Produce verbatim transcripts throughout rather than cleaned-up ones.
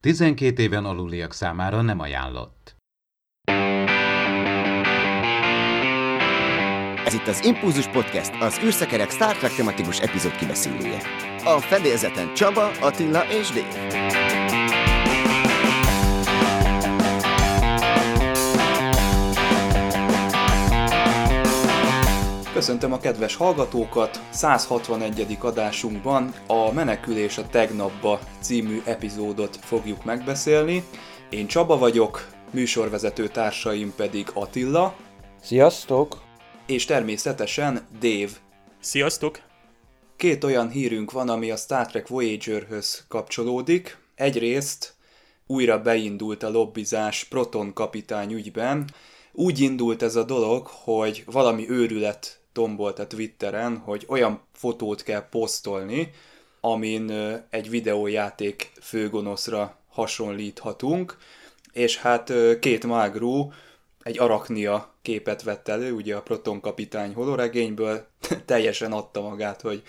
tizenkét éven aluliak számára nem ajánlott. Ez itt az Impulzus Podcast, az űrszekerek Star Trek tematikus epizód kibeszélője. A fedélzeten Csaba, Attila és Dave. Köszöntöm a kedves hallgatókat! száz hatvanegyedik adásunkban a Menekülés a tegnapba című epizódot fogjuk megbeszélni. Én Csaba vagyok, műsorvezető társaim pedig Attila. Sziasztok! És természetesen Dave. Sziasztok! Két olyan hírünk van, ami a Star Trek Voyager-höz kapcsolódik. Egyrészt újra beindult a lobbizás Proton kapitány ügyben. Úgy indult ez a dolog, hogy valami őrület tombolt a Twitteren, hogy olyan fotót kell posztolni, amin egy videójáték főgonoszra hasonlíthatunk, és hát két mágrú egy Arachnia képet vett elő, ugye a Proton kapitány holoregényből, teljesen adta magát, hogy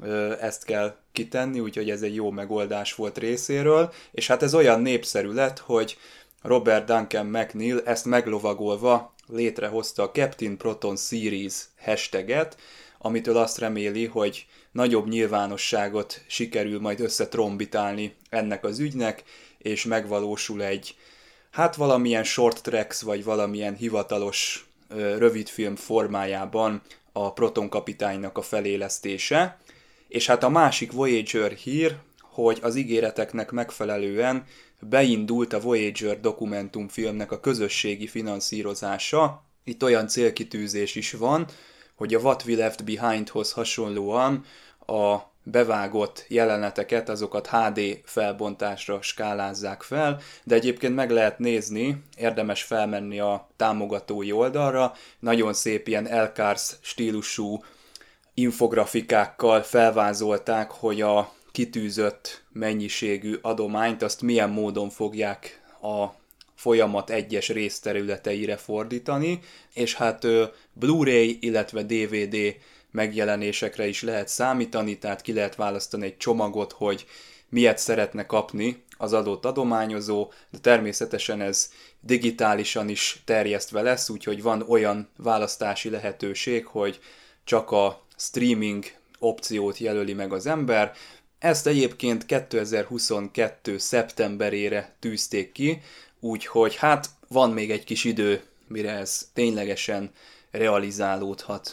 ezt kell kitenni, úgyhogy ez egy jó megoldás volt részéről, és hát ez olyan népszerű lett, hogy Robert Duncan McNeill ezt meglovagolva létrehozta a Captain Proton Series hashtaget, amitől azt reméli, hogy nagyobb nyilvánosságot sikerül majd összetrombitálni ennek az ügynek, és megvalósul egy, hát valamilyen short tracks, vagy valamilyen hivatalos ö, rövidfilm formájában a Proton kapitánynak a felélesztése. És hát a másik Voyager hír, hogy az ígéreteknek megfelelően beindult a Voyager dokumentumfilmnek a közösségi finanszírozása. Itt olyan célkitűzés is van, hogy a What We Left Behind-hoz hasonlóan a bevágott jeleneteket, azokat há dé felbontásra skálázzák fel, de egyébként meg lehet nézni, érdemes felmenni a támogatói oldalra, nagyon szép ilyen Elcars stílusú infografikákkal felvázolták, hogy a kitűzött mennyiségű adományt azt milyen módon fogják a folyamat egyes részterületeire fordítani, és hát Blu-ray, illetve dé vé dé megjelenésekre is lehet számítani, tehát ki lehet választani egy csomagot, hogy miért szeretne kapni az adott adományozó, de természetesen ez digitálisan is terjesztve lesz, úgyhogy van olyan választási lehetőség, hogy csak a streaming opciót jelöli meg az ember. Ezt egyébként kétezer-huszonkettő szeptemberére tűzték ki, úgyhogy hát van még egy kis idő, mire ez ténylegesen realizálódhat.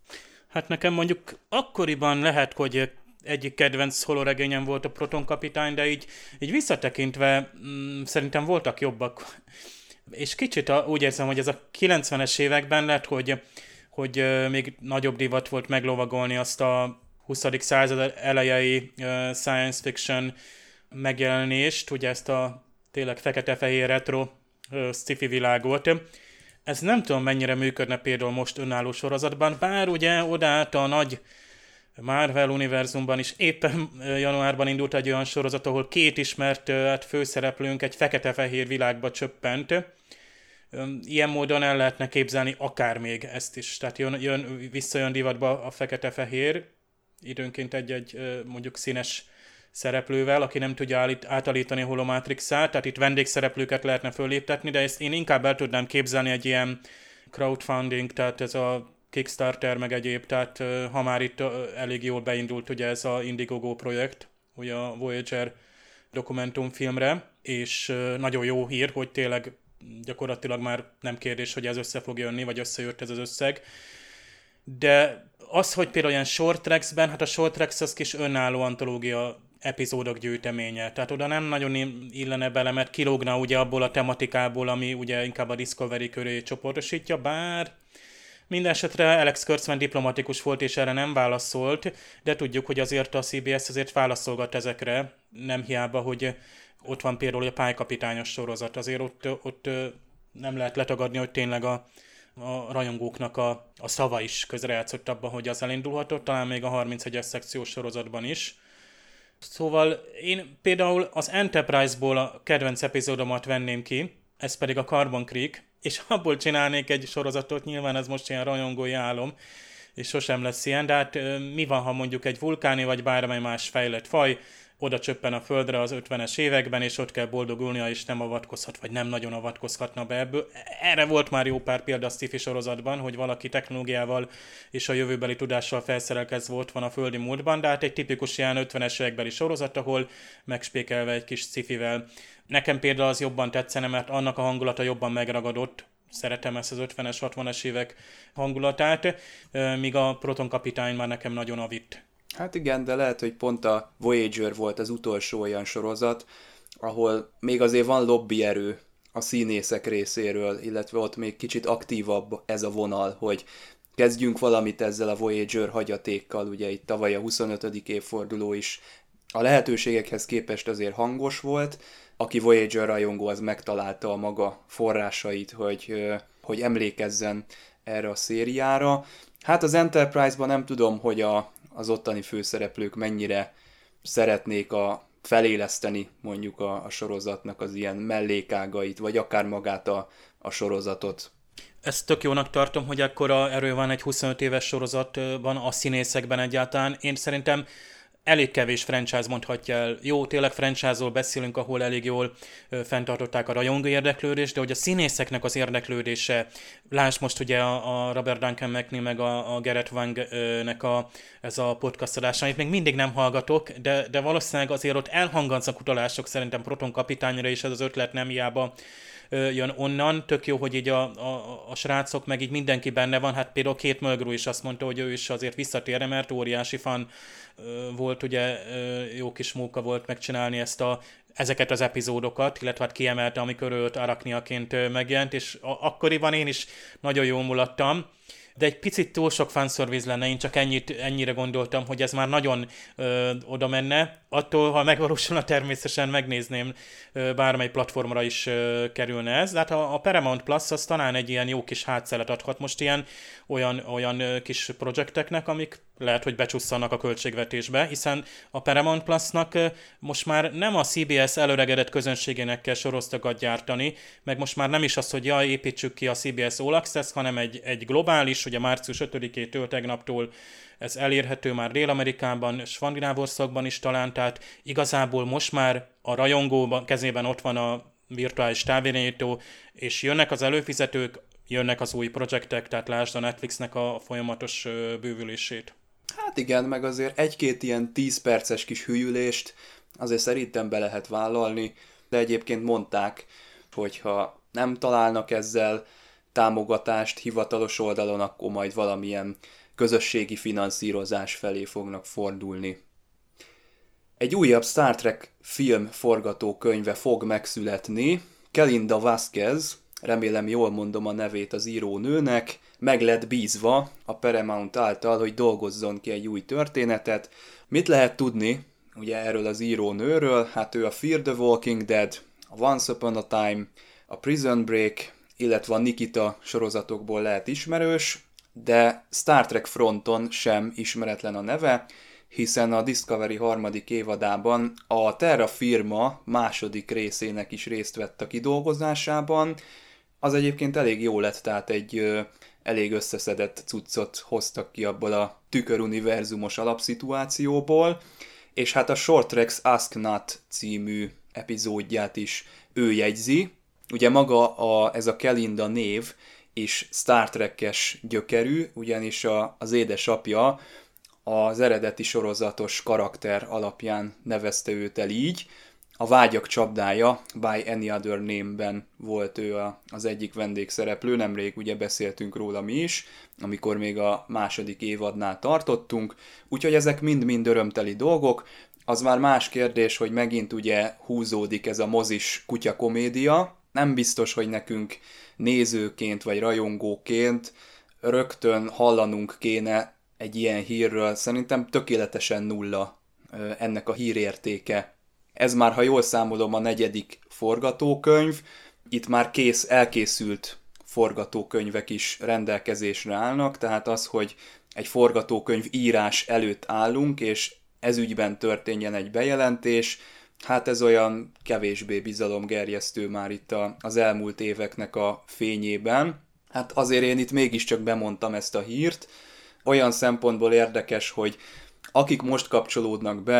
Hát nekem mondjuk akkoriban lehet, hogy egyik kedvenc holoregényem volt a Proton kapitány, de így, így visszatekintve mm, szerintem voltak jobbak. És kicsit a, úgy érzem, hogy ez a kilencvenes években lett, hogy, hogy még nagyobb divat volt meglovagolni azt a huszadik század elejei uh, science fiction megjelenést, ugye ezt a tényleg fekete-fehér retro uh, sci-fi világot. Ez nem tudom mennyire működne például most önálló sorozatban, bár ugye odaállt a nagy Marvel univerzumban is éppen januárban indult egy olyan sorozat, ahol két ismert hát főszereplőnk egy fekete-fehér világba csöppent. Ilyen módon el lehetne képzelni akár még ezt is. Tehát jön, jön, visszajön divatba a fekete-fehér, időnként egy-egy mondjuk színes szereplővel, aki nem tudja állít, átalítani a holomátrixát, tehát itt vendégszereplőket lehetne föléptetni, de ezt én inkább el tudnám képzelni egy ilyen crowdfunding, tehát ez a Kickstarter meg egyéb, tehát ha már itt elég jól beindult ugye ez a Indiegogo projekt, ugye a Voyager dokumentumfilmre, és nagyon jó hír, hogy tényleg gyakorlatilag már nem kérdés, hogy ez össze fog jönni, vagy összejött ez az összeg. De az, hogy például ilyen short tracks-ben, hát a short tracks az kis önálló antológia epizódok gyűjteménye. Tehát oda nem nagyon illene bele, mert kilógna ugye abból a tematikából, ami ugye inkább a Discovery köré csoportosítja, bár minden esetre Alex Kurtzman diplomatikus volt, és erre nem válaszolt, de tudjuk, hogy azért a cé bé es azért válaszolgat ezekre, nem hiába, hogy ott van például a Pálykapitányos sorozat, azért ott, ott nem lehet letagadni, hogy tényleg a a rajongóknak a, a szava is közrejátszott abban, hogy az elindulhatott, talán még a harmincegyes szekciós sorozatban is. Szóval én például az Enterprise-ból a kedvenc epizódomat venném ki, ez pedig a Carbon Creek, és abból csinálnék egy sorozatot, nyilván ez most ilyen rajongói álom, és sosem lesz ilyen, de hát mi van, ha mondjuk egy vulkáni vagy bármely más fejlett faj oda csöppen a földre az ötvenes években, és ott kell boldogulnia, és nem avatkozhat, vagy nem nagyon avatkozhatna be ebből. Erre volt már jó pár példa a sci-fi sorozatban, hogy valaki technológiával és a jövőbeli tudással felszerelkezve volt van a földi múltban, de hát egy tipikus ilyen ötvenes évekbeli sorozat, ahol megspékelve egy kis sci-fivel. Nekem például az jobban tetszene, mert annak a hangulata jobban megragadott. Szeretem ezt az ötvenes, hatvanas évek hangulatát, míg a Proton kapitány már nekem nagyon avitt. Hát igen, de lehet, hogy pont a Voyager volt az utolsó olyan sorozat, ahol még azért van lobbyerő a színészek részéről, illetve ott még kicsit aktívabb ez a vonal, hogy kezdjünk valamit ezzel a Voyager hagyatékkal, ugye itt tavaly a huszonötödik évforduló is a lehetőségekhez képest azért hangos volt. Aki Voyager rajongó, az megtalálta a maga forrásait, hogy, hogy emlékezzen erre a szériára. Hát az Enterprise-ban nem tudom, hogy a, az ottani főszereplők mennyire szeretnék a, feléleszteni mondjuk a, a sorozatnak az ilyen mellékágait, vagy akár magát a, a sorozatot. Ezt tök jónak tartom, hogy akkora erő van egy huszonöt éves sorozatban, a színészekben egyáltalán. Én szerintem elég kevés franchise mondhatja el. Jó, tényleg franchise-ról beszélünk, ahol elég jól ö, fenntartották a rajongó érdeklődést, de hogy a színészeknek az érdeklődése, lásd most ugye a, a Robert Duncan McNeil meg a, a Gareth Wang-nek a, ez a podcast adása, amit még mindig nem hallgatok, de, de valószínűleg azért ott elhangzanak utalások szerintem Proton kapitányra, és ez az ötlet nem hiába jön onnan. Tök jó, hogy így a, a, a srácok, meg így mindenki benne van. Hát például Kate Mulgrew is azt mondta, hogy ő is azért visszatérne, mert óriási fan volt, ugye jó kis móka volt megcsinálni ezt a, ezeket az epizódokat, illetve hát kiemelte, amikor őt Arachniaként megjelent, és a, akkoriban én is nagyon jól mulattam, de egy picit túl sok fanservice lenne, én csak ennyit, ennyire gondoltam, hogy ez már nagyon ö, oda menne. Attól, ha megvalósulna, természetesen megnézném, ö, bármely platformra is ö, kerülne ez. De hát a, a Paramount Plus az talán egy ilyen jó kis hátszelet adhat most ilyen olyan, olyan ö, kis projekteknek, amik lehet, hogy becsusszanak a költségvetésbe, hiszen a Paramount Plusnak ö, most már nem a cé bé es előregedett közönségének kell sorozatokat gyártani, meg most már nem is az, hogy jaj, építsük ki a cé bé es All Access, hanem egy, egy globális, ugye március ötödikétől tegnaptól ez elérhető már Dél-Amerikában, Skandináv országban is talán, tehát igazából most már a rajongó kezében ott van a virtuális távirányító, és jönnek az előfizetők, jönnek az új projektek, tehát lásd a Netflixnek a folyamatos bővülését. Hát igen, meg azért egy-két ilyen tíz perces kis hülyülést azért szerintem be lehet vállalni, de egyébként mondták, hogyha nem találnak ezzel támogatást hivatalos oldalon, akkor majd valamilyen közösségi finanszírozás felé fognak fordulni. Egy újabb Star Trek film forgatókönyve fog megszületni. Kelinda Vázquez, remélem jól mondom a nevét az írónőnek, meg lett bízva a Paramount által, hogy dolgozzon ki egy új történetet. Mit lehet tudni ugye erről az írónőről? Hát ő a Fear the Walking Dead, a Once Upon a Time, a Prison Break, illetve a Nikita sorozatokból lehet ismerős, de Star Trek fronton sem ismeretlen a neve, hiszen a Discovery harmadik évadában a Terra Firma második részének is részt vett a kidolgozásában. Az egyébként elég jó lett, tehát egy ö, elég összeszedett cuccot hoztak ki abból a tüköruniverzumos alapszituációból, és hát a Short Treks Ask Not című epizódját is ő jegyzi. Ugye maga a, ez a Kelinda név is Star Trek-es gyökerű, ugyanis a, az édesapja az eredeti sorozatos karakter alapján nevezte őt el így. A Vágyak csapdája, By Any Other Name-ben volt ő a, az egyik vendégszereplő, nemrég ugye beszéltünk róla mi is, amikor még a második évadnál tartottunk, úgyhogy ezek mind-mind örömteli dolgok. Az már más kérdés, hogy megint ugye húzódik ez a mozis kutyakomédia. Nem biztos, hogy nekünk nézőként vagy rajongóként rögtön hallanunk kéne egy ilyen hírről. Szerintem tökéletesen nulla ennek a hírértéke. Ez már, ha jól számolom, a negyedik forgatókönyv. Itt már kész, elkészült forgatókönyvek is rendelkezésre állnak, tehát az, hogy egy forgatókönyv írás előtt állunk, és ez ügyben történjen egy bejelentés, hát ez olyan kevésbé bizalomgerjesztő már itt a, az elmúlt éveknek a fényében. Hát azért én itt mégiscsak bemondtam ezt a hírt. Olyan szempontból érdekes, hogy akik most kapcsolódnak be,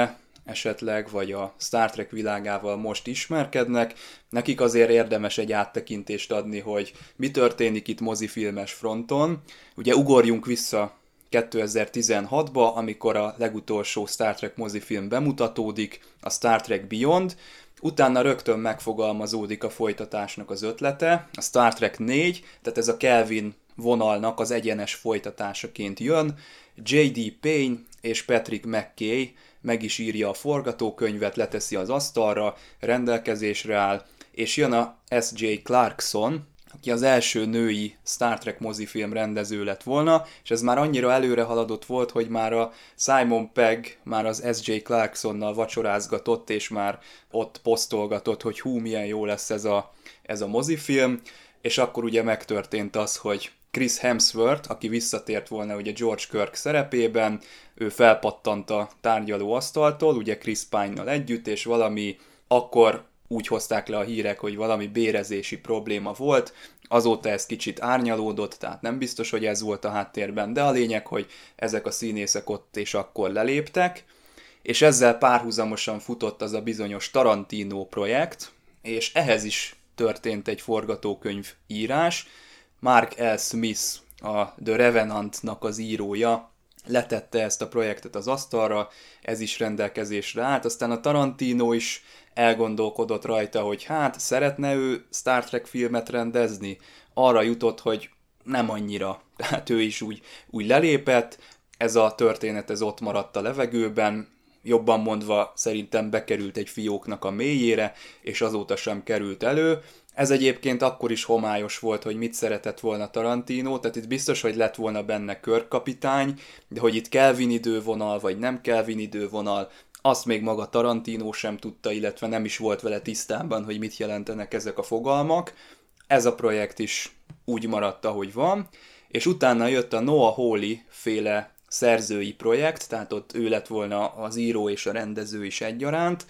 esetleg, vagy a Star Trek világával most ismerkednek, nekik azért érdemes egy áttekintést adni, hogy mi történik itt mozifilmes fronton. Ugye ugorjunk vissza kétezer-tizenhatba, amikor a legutolsó Star Trek mozifilm bemutatódik, a Star Trek Beyond, utána rögtön megfogalmazódik a folytatásnak az ötlete, a Star Trek négy, tehát ez a Kelvin vonalnak az egyenes folytatásaként jön, jé dé. Payne és Patrick McKay meg is írja a forgatókönyvet, leteszi az asztalra, rendelkezésre áll, és jön a es jé. Clarkson, aki az első női Star Trek mozifilm rendező lett volna, és ez már annyira előre haladott volt, hogy már a Simon Pegg már az es jé. Clarksonnal vacsorázgatott, és már ott posztolgatott, hogy hú, milyen jó lesz ez a, ez a mozifilm, és akkor ugye megtörtént az, hogy Chris Hemsworth, aki visszatért volna ugye George Kirk szerepében, ő felpattant a tárgyalóasztaltól, ugye Chris Pine-nal együtt, és valami akkor úgy hozták le a hírek, hogy valami bérezési probléma volt, azóta ez kicsit árnyalódott, tehát nem biztos, hogy ez volt a háttérben, de a lényeg, hogy ezek a színészek ott és akkor leléptek, és ezzel párhuzamosan futott az a bizonyos Tarantino projekt, és ehhez is történt egy forgatókönyv írás. Mark L. Smith, a The Revenant-nak az írója, letette ezt a projektet az asztalra, ez is rendelkezésre állt, aztán a Tarantino is elgondolkodott rajta, hogy hát szeretne ő Star Trek filmet rendezni, arra jutott, hogy nem annyira, tehát ő is úgy, úgy lelépett, ez a történet ez ott maradt a levegőben, jobban mondva szerintem bekerült egy fióknak a mélyére, és azóta sem került elő. Ez egyébként akkor is homályos volt, hogy mit szeretett volna Tarantino, tehát itt biztos, hogy lett volna benne Kirk kapitány, de hogy itt Kelvin idővonal, vagy nem Kelvin idővonal, azt még maga Tarantino sem tudta, illetve nem is volt vele tisztában, hogy mit jelentenek ezek a fogalmak. Ez a projekt is úgy maradt, ahogy van, és utána jött a Noah Hawley féle szerzői projekt, tehát ott ő lett volna az író és a rendező is egyaránt.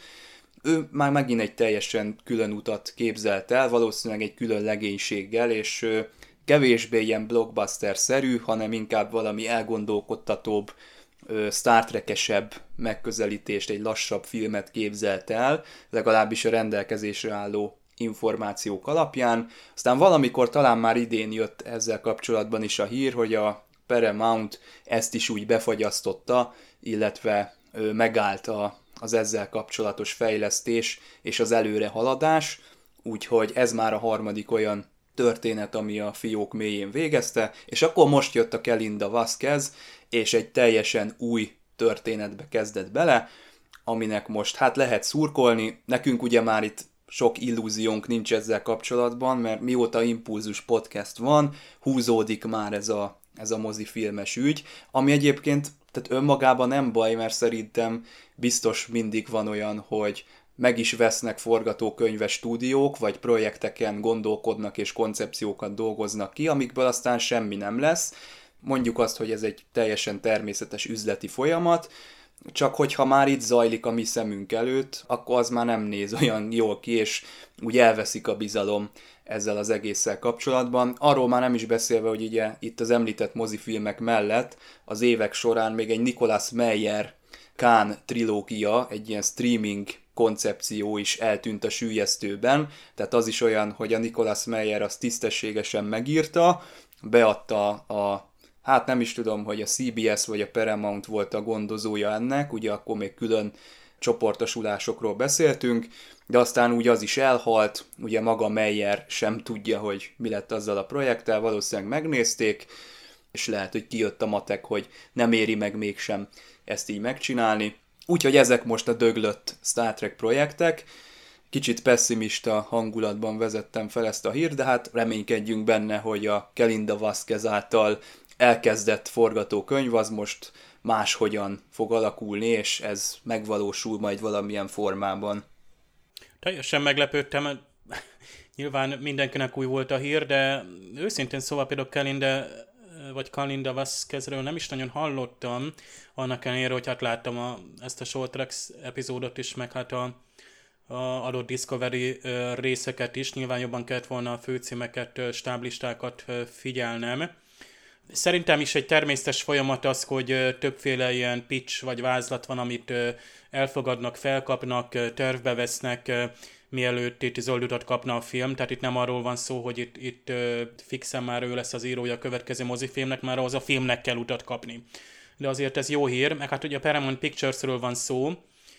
Ő már megint egy teljesen külön utat képzelt el, valószínűleg egy külön legénységgel, és kevésbé ilyen blockbuster-szerű, hanem inkább valami elgondolkodtatóbb, Star Trek-esebb megközelítést, egy lassabb filmet képzelt el, legalábbis a rendelkezésre álló információk alapján. Aztán valamikor talán már idén jött ezzel kapcsolatban is a hír, hogy a Paramount ezt is úgy befagyasztotta, illetve megállt a, az ezzel kapcsolatos fejlesztés és az előrehaladás, úgyhogy ez már a harmadik olyan történet, ami a fiók mélyén végezte, és akkor most jött a Kelinda Vasquez, és egy teljesen új történetbe kezdett bele, aminek most hát lehet szurkolni, nekünk ugye már itt sok illúziónk nincs ezzel kapcsolatban, mert mióta Impulzus Podcast van, húzódik már ez a, ez a mozifilmes ügy, ami egyébként tehát önmagában nem baj, mert szerintem biztos mindig van olyan, hogy meg is vesznek forgatókönyves stúdiók, vagy projekteken gondolkodnak és koncepciókat dolgoznak ki, amikből aztán semmi nem lesz. Mondjuk azt, hogy ez egy teljesen természetes üzleti folyamat, csak hogyha már itt zajlik a mi szemünk előtt, akkor az már nem néz olyan jól ki, és úgy elveszik a bizalom ezzel az egésszel kapcsolatban. Arról már nem is beszélve, hogy ugye itt az említett mozifilmek mellett az évek során még egy Nicholas Meyer Khan trilógia, egy ilyen streaming koncepció is eltűnt a süllyesztőben, tehát az is olyan, hogy a Nicholas Meyer azt tisztességesen megírta, beadta a, hát nem is tudom, hogy a cé bé es vagy a Paramount volt a gondozója ennek, ugye akkor még külön csoportosulásokról beszéltünk, de aztán úgy az is elhalt, ugye maga Meyer sem tudja, hogy mi lett azzal a projekttel, valószínűleg megnézték, és lehet, hogy kijött a matek, hogy nem éri meg mégsem ezt így megcsinálni. Úgyhogy ezek most a döglött Star Trek projektek. Kicsit pessimista hangulatban vezettem fel ezt a hírt, de hát reménykedjünk benne, hogy a Kelinda Vasquez által elkezdett forgatókönyv az most máshogyan fog alakulni, és ez megvalósul majd valamilyen formában. Teljesen meglepődtem, nyilván mindenkinek új volt a hír, de őszintén szóval például Kelinda, vagy Kelinda Vasquezről nem is nagyon hallottam, annak ellenére, hogy hát láttam a, ezt a Short Tracks epizódot is, meg hát a, a adott Discovery részeket is, nyilván jobban kellett volna a főcímeket, stáblistákat figyelnem. Szerintem is egy természetes folyamat az, hogy többféle ilyen pitch vagy vázlat van, amit elfogadnak, felkapnak, tervbe vesznek, mielőtt itt zöldutat kapna a film. Tehát itt nem arról van szó, hogy itt, itt fixen már ő lesz az írója a következő mozifilmnek, már ahhoz a filmnek kell utat kapni. De azért ez jó hír, meg hát ugye a Paramount Picturesről van szó,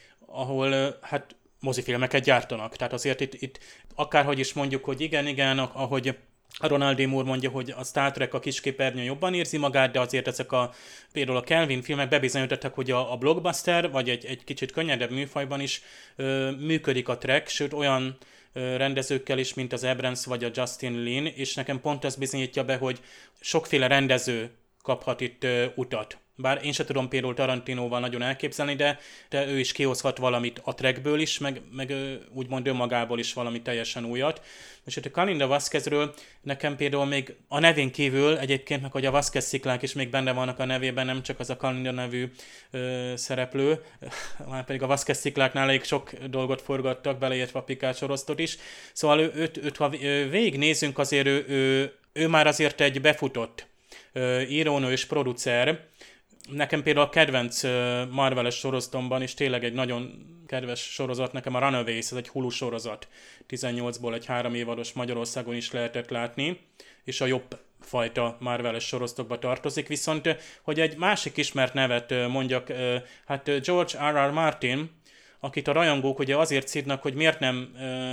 ahol hát mozifilmeket gyártanak. Tehát azért itt, itt akárhogy is mondjuk, hogy igen, igen, ahogy a Ronald D. Moore mondja, hogy a Star Trek a kisképernyőn jobban érzi magát, de azért ezek a, például a Kelvin filmek bebizonyítottak, hogy a, a blockbuster, vagy egy, egy kicsit könnyedebb műfajban is ö, működik a Trek, sőt olyan ö, rendezőkkel is, mint az Abrams vagy a Justin Lin, és nekem pont az bizonyítja be, hogy sokféle rendező kaphat itt ö, utat. Bár én se tudom például Tarantinóval nagyon elképzelni, de, de ő is kihozhat valamit a Trekből is, meg, meg úgymond önmagából is valami teljesen újat. És itt a Kalinda Vázquezről nekem például még a nevén kívül egyébként, meg hogy a Vázquez sziklák is még benne vannak a nevében, nem csak az a Kalinda nevű ö, szereplő, már pedig a Vázquez szikláknál elég sok dolgot forgattak, beleértve a Picard sorozatot is. Szóval ő, őt, őt, ha végignézünk, azért ő, ő, ő már azért egy befutott ö, írónő és producer. Nekem például a kedvenc Marvel-es sorozatomban is tényleg egy nagyon kedves sorozat, nekem a Runaways, ez egy Hulu sorozat. tizennyolcból egy három évados, Magyarországon is lehetett látni, és a jobb fajta Marvel-es sorozatokba tartozik. Viszont, hogy egy másik ismert nevet mondjak, hát George R. R. Martin, akit a rajongók ugye azért szidnak, hogy miért nem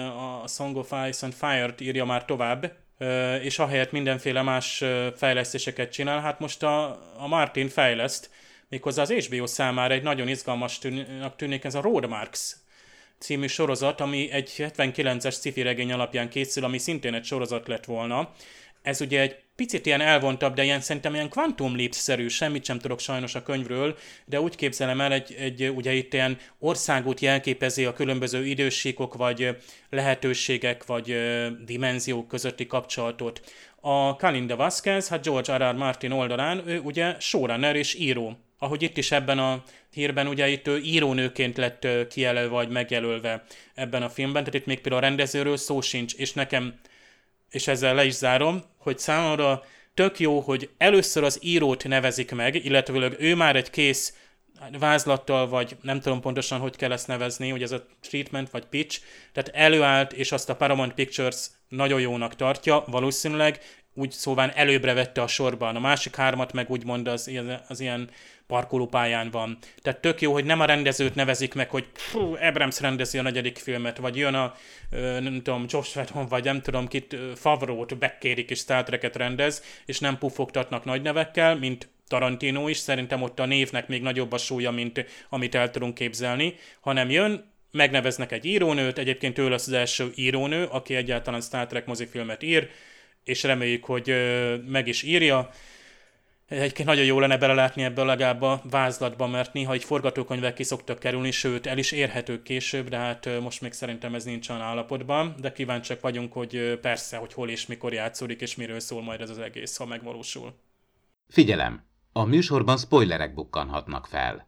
a Song of Ice and Fire-t írja már tovább, és ahelyett mindenféle más fejlesztéseket csinál, hát most a, a Martin fejleszt, méghozzá az há bé o számára egy nagyon izgalmas tűnik, tűnik ez a Roadmarks című sorozat, ami egy hetvenkilences sci-fi regény alapján készül, ami szintén egy sorozat lett volna. Ez ugye egy picit ilyen elvontabb, de ilyen szerintem ilyen Quantum Leap-szerű, semmit sem tudok sajnos a könyvről, de úgy képzelem el, egy, egy ugye itt ilyen országút jelképezi a különböző idősíkok, vagy lehetőségek, vagy dimenziók közötti kapcsolatot. A Kalinda Vázquez, hát George R. R. Martin oldalán, ő ugye showrunner és író. Ahogy itt is ebben a hírben, ugye itt ő írónőként lett kijelölve, vagy megjelölve ebben a filmben, tehát itt még például a rendezőről szó sincs, és nekem, és ezzel le is zárom, hogy számomra tök jó, hogy először az írót nevezik meg, illetve ő már egy kész vázlattal, vagy nem tudom pontosan, hogy kell ezt nevezni, hogy ez a treatment, vagy pitch, tehát előállt, és azt a Paramount Pictures nagyon jónak tartja, valószínűleg, úgy szóval előbbre vette a sorban. A másik hármat meg úgymond az, az ilyen parkolópályán van. Tehát tök jó, hogy nem a rendezőt nevezik meg, hogy fú, Abrams rendezi a negyedik filmet, vagy jön a, nem tudom, Josh Whedon, vagy nem tudom kit, Favreau-t bekérik és Star Trek-et rendez, és nem puffogtatnak nagy nevekkel, mint Tarantino is, szerintem ott a névnek még nagyobb a súlya, mint amit el tudunk képzelni, hanem jön, megneveznek egy írónőt, egyébként ő lesz az első írónő, aki egyáltalán Star Trek mozifilmet ír, és reméljük, hogy ö, meg is írja. Egyébként nagyon jó lenne belelátni ebből legalább a vázlatba, mert néha egy forgatókönyvek ki szoktak kerülni, sőt el is érhetők később, de hát ö, most még szerintem ez nincs olyan állapotban, de kíváncsiak vagyunk, hogy ö, persze, hogy hol és mikor játszódik, és miről szól majd ez az egész, ha megvalósul. Figyelem! A műsorban spoilerek bukkanhatnak fel.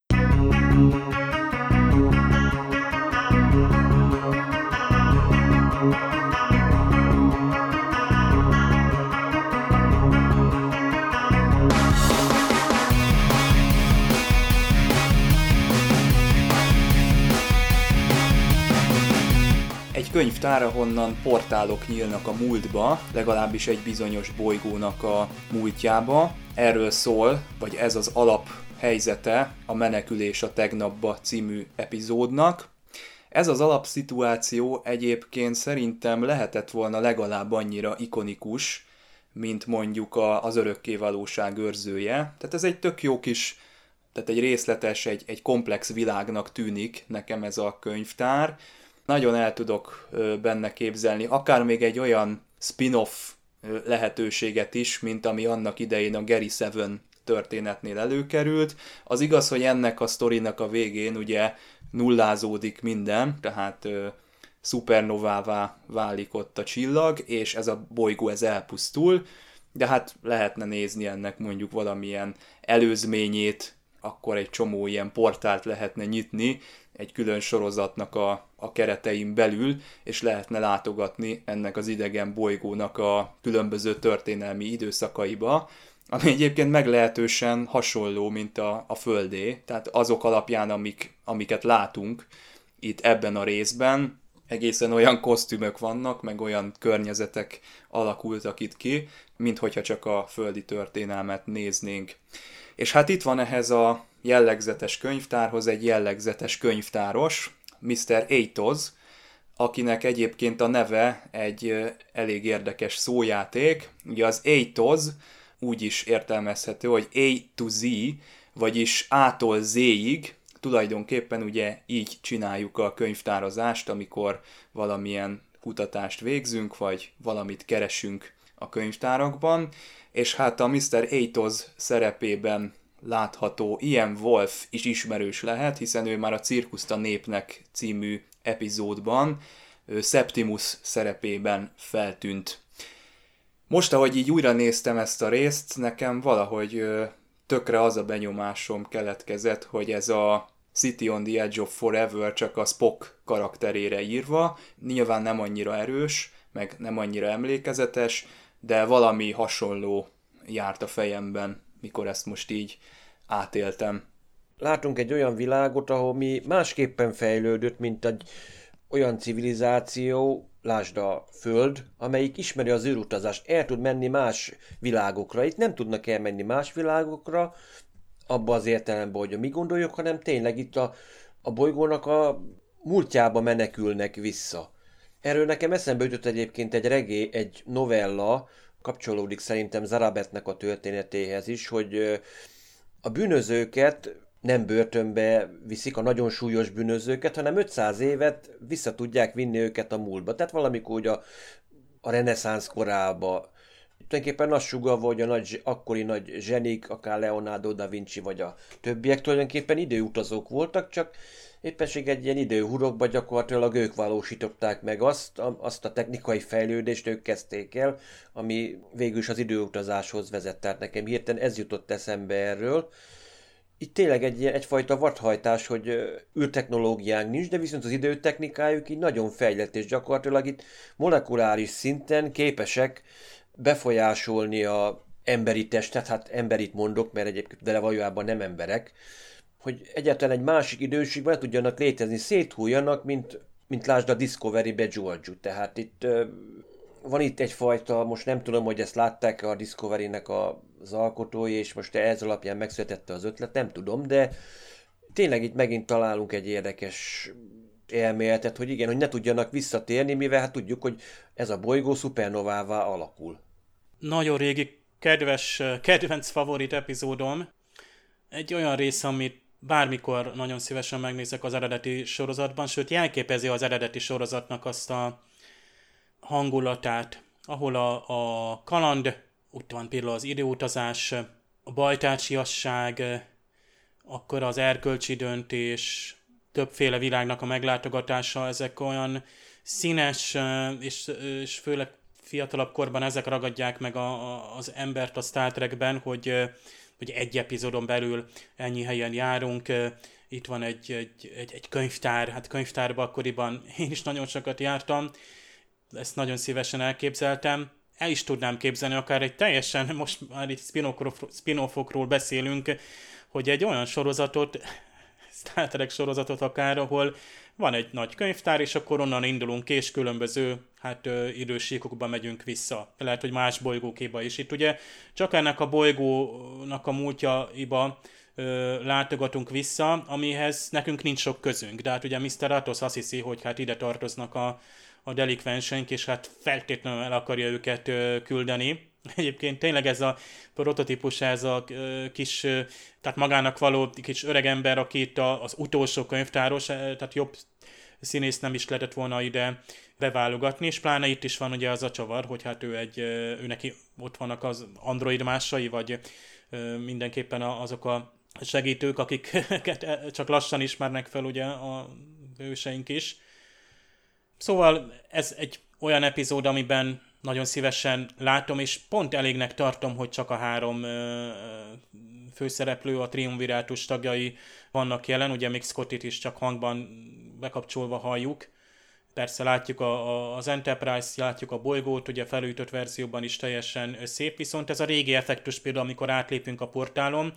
Egy könyvtár, ahonnan portálok nyílnak a múltba, legalábbis egy bizonyos bolygónak a múltjába. Erről szól, vagy ez az alaphelyzete a Menekülés a tegnapba című epizódnak. Ez az alapszituáció egyébként szerintem lehetett volna legalább annyira ikonikus, mint mondjuk az örökkévalóság őrzője. Tehát ez egy tök jó kis, tehát egy részletes, egy, egy komplex világnak tűnik nekem ez a könyvtár. Nagyon el tudok benne képzelni, akár még egy olyan spin-off lehetőséget is, mint ami annak idején a Gary Seven történetnél előkerült. Az igaz, hogy ennek a sztorinak a végén ugye nullázódik minden, tehát ö, szupernovává válik ott a csillag, és ez a bolygó ez elpusztul, de hát lehetne nézni ennek mondjuk valamilyen előzményét, akkor egy csomó ilyen portált lehetne nyitni egy külön sorozatnak a, a keretein belül, és lehetne látogatni ennek az idegen bolygónak a különböző történelmi időszakaiba, ami egyébként meglehetősen hasonló, mint a, a Földé, tehát azok alapján, amik, amiket látunk itt ebben a részben, egészen olyan kosztümök vannak, meg olyan környezetek alakultak itt ki, mint hogyha csak a földi történelmet néznénk. És hát itt van ehhez a jellegzetes könyvtárhoz egy jellegzetes könyvtáros, miszter Atos, akinek egyébként a neve egy elég érdekes szójáték. Ugye az Atos úgy is értelmezhető, hogy A to Z, vagyis A-tól Z-ig, tulajdonképpen ugye így csináljuk a könyvtározást, amikor valamilyen kutatást végzünk, vagy valamit keresünk a könyvtárakban, és hát a miszter Atos szerepében látható Ian Wolf is ismerős lehet, hiszen ő már a Cirkuszt a népnek című epizódban Septimus szerepében feltűnt. Most, ahogy így újra néztem ezt a részt, nekem valahogy tökre az a benyomásom keletkezett, hogy ez a City on the Edge of Forever csak a Spock karakterére írva, nyilván nem annyira erős, meg nem annyira emlékezetes, de valami hasonló járt a fejemben, mikor ezt most így átéltem. Látunk egy olyan világot, ahol mi másképpen fejlődött, mint egy olyan civilizáció, lásd a Föld, amelyik ismeri az űrutazást, el tud menni más világokra. Itt nem tudnak elmenni más világokra, abba az értelemben, hogy mi gondoljuk, hanem tényleg itt a, a bolygónak a múltjába menekülnek vissza. Erről nekem eszembe jutott egyébként egy regé, egy novella, kapcsolódik szerintem Zarabetnek a történetéhez is, hogy a bűnözőket nem börtönbe viszik, a nagyon súlyos bűnözőket, hanem ötszáz évet vissza tudják vinni őket a múltba. Tehát valamikor úgy a, a reneszánsz korába. Tulajdonképpen azt sugallva, hogy a nagy, akkori nagy zsenik, akár Leonardo da Vinci vagy a többiek tulajdonképpen időutazók voltak, csak éppenség egy ilyen időhurokba gyakorlatilag ők valósították meg azt, azt a technikai fejlődést ők kezdték el, ami végül is az időutazáshoz vezet. Tehát nekem hirtelen ez jutott eszembe erről. Itt tényleg egy, egyfajta vadhajtás, hogy űrtechnológiánk nincs, de viszont az időtechnikájuk így nagyon fejlett, és gyakorlatilag itt molekuláris szinten képesek befolyásolni a emberi testet, hát emberit mondok, mert egyébként de valójában nem emberek, hogy egyáltalán egy másik időségben le tudjanak létezni, széthújjanak, mint, mint lásd a Discovery-be George-út. Tehát itt van itt egyfajta, most nem tudom, hogy ezt látták a Discovery-nek az alkotói, és most ez alapján megszületette az ötlet, nem tudom, de tényleg itt megint találunk egy érdekes elméletet, hogy igen, hogy ne tudjanak visszatérni, mivel hát tudjuk, hogy ez a bolygó szupernovává alakul. Nagyon régi, kedves, kedvenc favorit epizódom. Egy olyan rész, amit bármikor nagyon szívesen megnézek az eredeti sorozatban, sőt jelképezi az eredeti sorozatnak azt a hangulatát, ahol a, a kaland, ott van például az időutazás, a bajtársiasság, akkor az erkölcsi döntés, többféle világnak a meglátogatása, ezek olyan színes, és, és főleg fiatalabb korban ezek ragadják meg a, a, az embert a Star Trekben, hogy, hogy egy epizódon belül ennyi helyen járunk. Itt van egy, egy, egy, egy könyvtár, hát könyvtárban akkoriban én is nagyon sokat jártam, ezt nagyon szívesen elképzeltem. El is tudnám képzelni, akár egy teljesen, most már itt spin-offokról beszélünk, hogy egy olyan sorozatot, Star Trek sorozatot akár, ahol van egy nagy könyvtár, és akkor onnan indulunk, és különböző hát, ö, idősíkokba megyünk vissza. Lehet, hogy más bolygókéba is. Itt ugye csak ennek a bolygónak a múltjaiba ö, látogatunk vissza, amihez nekünk nincs sok közünk. De hát ugye miszter Atos azt hiszi, hogy hát ide tartoznak a, a delikvenseink, és hát feltétlenül el akarja őket ö, küldeni. Egyébként tényleg ez a prototípus, ez a ö, kis, ö, tehát magának való kis öregember, aki itt a, az utolsó könyvtáros, tehát jobb színész nem is lehetett volna ide beválogatni, és pláne itt is van ugye az a csavar, hogy hát ő egy, ő neki ott vannak az android másai, vagy ö, mindenképpen azok a segítők, akiket csak lassan ismernek fel ugye a hőseink is. Szóval ez egy olyan epizód, amiben nagyon szívesen látom, és pont elégnek tartom, hogy csak a három ö, főszereplő, a triumvirátus tagjai vannak jelen, ugye még Scottit is csak hangban bekapcsolva halljuk. Persze látjuk a, a, az Enterprise, látjuk a bolygót, ugye felújított verzióban is teljesen szép, viszont ez a régi effektus például, amikor átlépünk a portálon,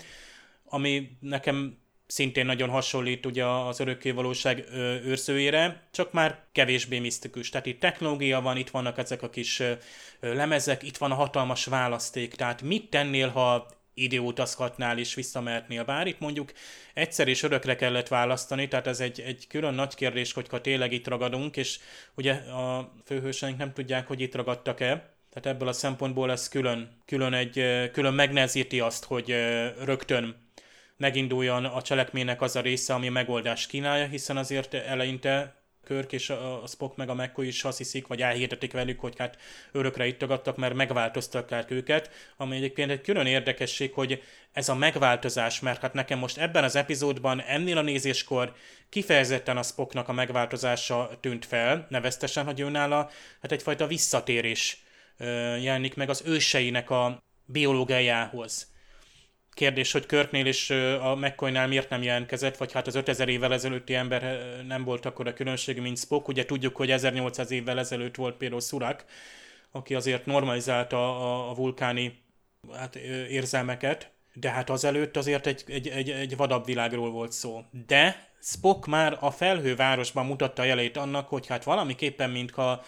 ami nekem szintén nagyon hasonlít ugye az örökkévalóság őrzőjére, csak már kevésbé misztikus. Tehát itt technológia van, itt vannak ezek a kis lemezek, itt van a hatalmas választék, tehát mit tennél, ha időutazhatnál és visszamehetnél, bár itt mondjuk egyszer és örökre kellett választani, tehát ez egy, egy külön nagy kérdés, hogyha tényleg itt ragadunk, és ugye a főhőseink nem tudják, hogy itt ragadtak-e, tehát ebből a szempontból ez külön, külön, egy, külön megnehezíti azt, hogy rögtön meginduljon a cselekménynek az a része, ami a megoldást kínálja, hiszen azért eleinte Kirk és a Spock meg a McCoy is azt hiszik, vagy elhirdetik velük, hogy hát örökre itt tagadtak, mert megváltoztatták őket, ami egyébként egy külön érdekesség, hogy ez a megváltozás, mert hát nekem most ebben az epizódban, ennél a nézéskor kifejezetten a Spocknak a megváltozása tűnt fel, neveztesen, hogy őnála, hát egyfajta visszatérés jelenik meg az őseinek a biológiájához. Kérdés, hogy Kirknél és a McCoynál miért nem jelentkezett, vagy hát az ötezer évvel ezelőtti ember nem volt akkor a különbség, mint Spock. Ugye tudjuk, hogy ezernyolcszáz évvel ezelőtt volt például Surak, aki azért normalizálta a, a vulkáni hát, érzelmeket, de hát azelőtt azért egy, egy, egy, egy vadabb világról volt szó. De Spock már a felhővárosban mutatta a jelét annak, hogy hát valamiképpen, mintha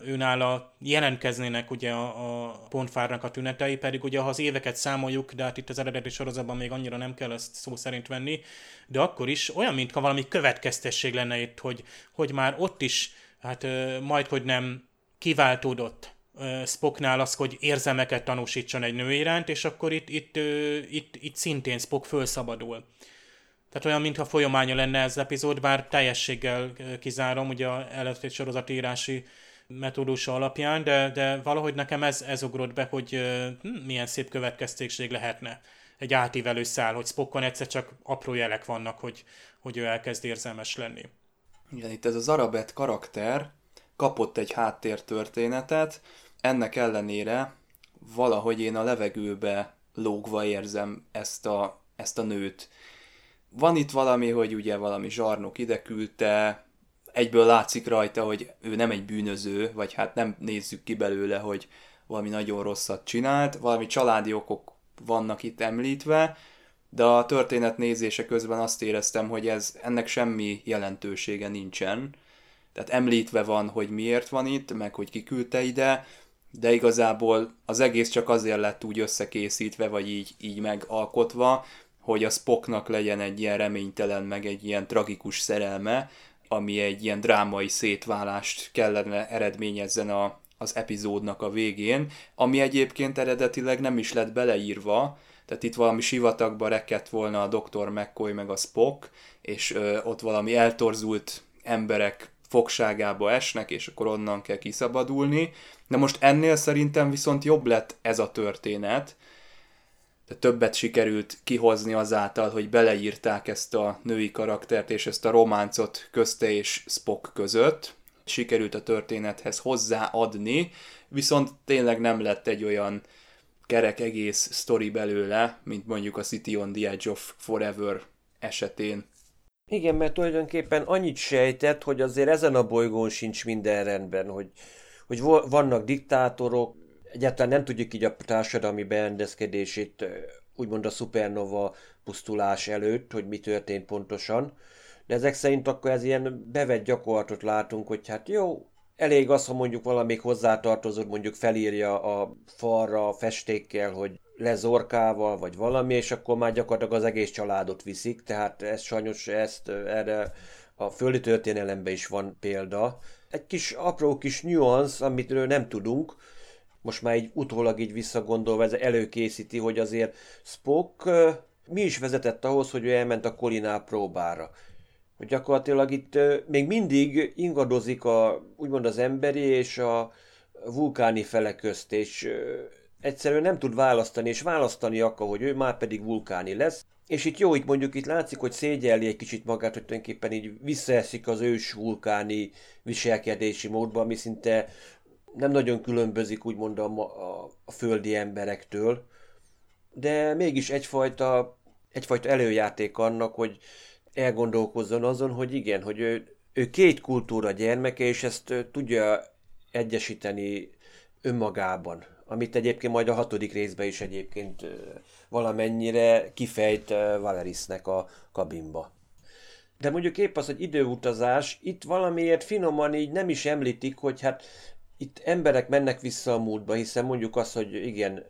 őnála jelentkeznének ugye a, a pontfárnak a tünetei, pedig ugye ha az éveket számoljuk, de hát itt az eredeti sorozatban még annyira nem kell ezt szó szerint venni, de akkor is olyan, mintha valami következtesség lenne itt, hogy, hogy már ott is hát majd, hogy nem kiváltódott Spocknál az, hogy érzelmeket tanúsítson egy nő iránt, és akkor itt, itt, itt, itt szintén Spock fölszabadul. Tehát olyan, mintha folyamánya lenne ez az epizód, bár teljességgel kizárom, ugye a előtti sorozatírási metódusa alapján, de, de valahogy nekem ez, ez ugrott be, hogy hm, milyen szép következtéség lehetne. Egy átívelő szál, hogy Spockon egyszer csak apró jelek vannak, hogy, hogy ő elkezd érzelmes lenni. Igen, itt ez az Arabet karakter kapott egy háttértörténetet, ennek ellenére valahogy én a levegőbe lógva érzem ezt a, ezt a nőt. Van itt valami, hogy ugye valami zsarnok ide küldte, egyből látszik rajta, hogy ő nem egy bűnöző, vagy hát nem nézzük ki belőle, hogy valami nagyon rosszat csinált, valami családi okok vannak itt említve, de a történet nézése közben azt éreztem, hogy ez, ennek semmi jelentősége nincsen. Tehát említve van, hogy miért van itt, meg hogy ki küldte ide, de igazából az egész csak azért lett úgy összekészítve, vagy így, így megalkotva, hogy a Spocknak legyen egy ilyen reménytelen, meg egy ilyen tragikus szerelme, ami egy ilyen drámai szétválást kellene eredményezzen a, az epizódnak a végén, ami egyébként eredetileg nem is lett beleírva, tehát itt valami sivatagba rekedt volna a doktor McCoy meg a Spock, és ö, ott valami eltorzult emberek fogságába esnek, és akkor onnan kell kiszabadulni. De most ennél szerintem viszont jobb lett ez a történet, de többet sikerült kihozni azáltal, hogy beleírták ezt a női karaktert és ezt a románcot közte és Spock között. Sikerült a történethez hozzáadni, viszont tényleg nem lett egy olyan kerek egész sztori belőle, mint mondjuk a City on the Edge of Forever esetén. Igen, mert tulajdonképpen annyit sejtett, hogy azért ezen a bolygón sincs minden rendben, hogy, hogy vannak diktátorok, egyáltalán nem tudjuk így a társadalmi berendezkedését, úgymond a szupernova pusztulás előtt, hogy mi történt pontosan, de ezek szerint akkor ez ilyen bevett gyakorlatot látunk, hogy hát jó, elég az, ha mondjuk valamik hozzátartozód mondjuk felírja a falra a festékkel, hogy lezorkával, vagy valami, és akkor már gyakorlatilag az egész családot viszik, tehát ez sajnos ezt erre a földi történelemben is van példa. Egy kis apró kis nüansz, amit nem tudunk, most már így utólag így visszagondolva ez előkészíti, hogy azért Spock mi is vezetett ahhoz, hogy ő elment a Kolinál próbára. Hogy gyakorlatilag itt még mindig ingadozik a, úgymond az emberi és a vulkáni fele közt, és egyszerűen nem tud választani, és választani akar, hogy ő már pedig vulkáni lesz. És itt jó, itt mondjuk itt látszik, hogy szégyelli egy kicsit magát, hogy tulajdonképpen így visszaeszik az ős vulkáni viselkedési módba, ami szinte nem nagyon különbözik úgymond a, a, a földi emberektől, de mégis egyfajta, egyfajta előjáték annak, hogy elgondolkozzon azon, hogy igen, hogy ő ő két kultúra gyermeke, és ezt tudja egyesíteni önmagában, amit egyébként majd a hatodik részben is egyébként valamennyire kifejt Valerisnek a kabinba. De mondjuk épp az, hogy időutazás, itt valamiért finoman így nem is említik, hogy hát itt emberek mennek vissza a múltba, hiszen mondjuk az, hogy igen,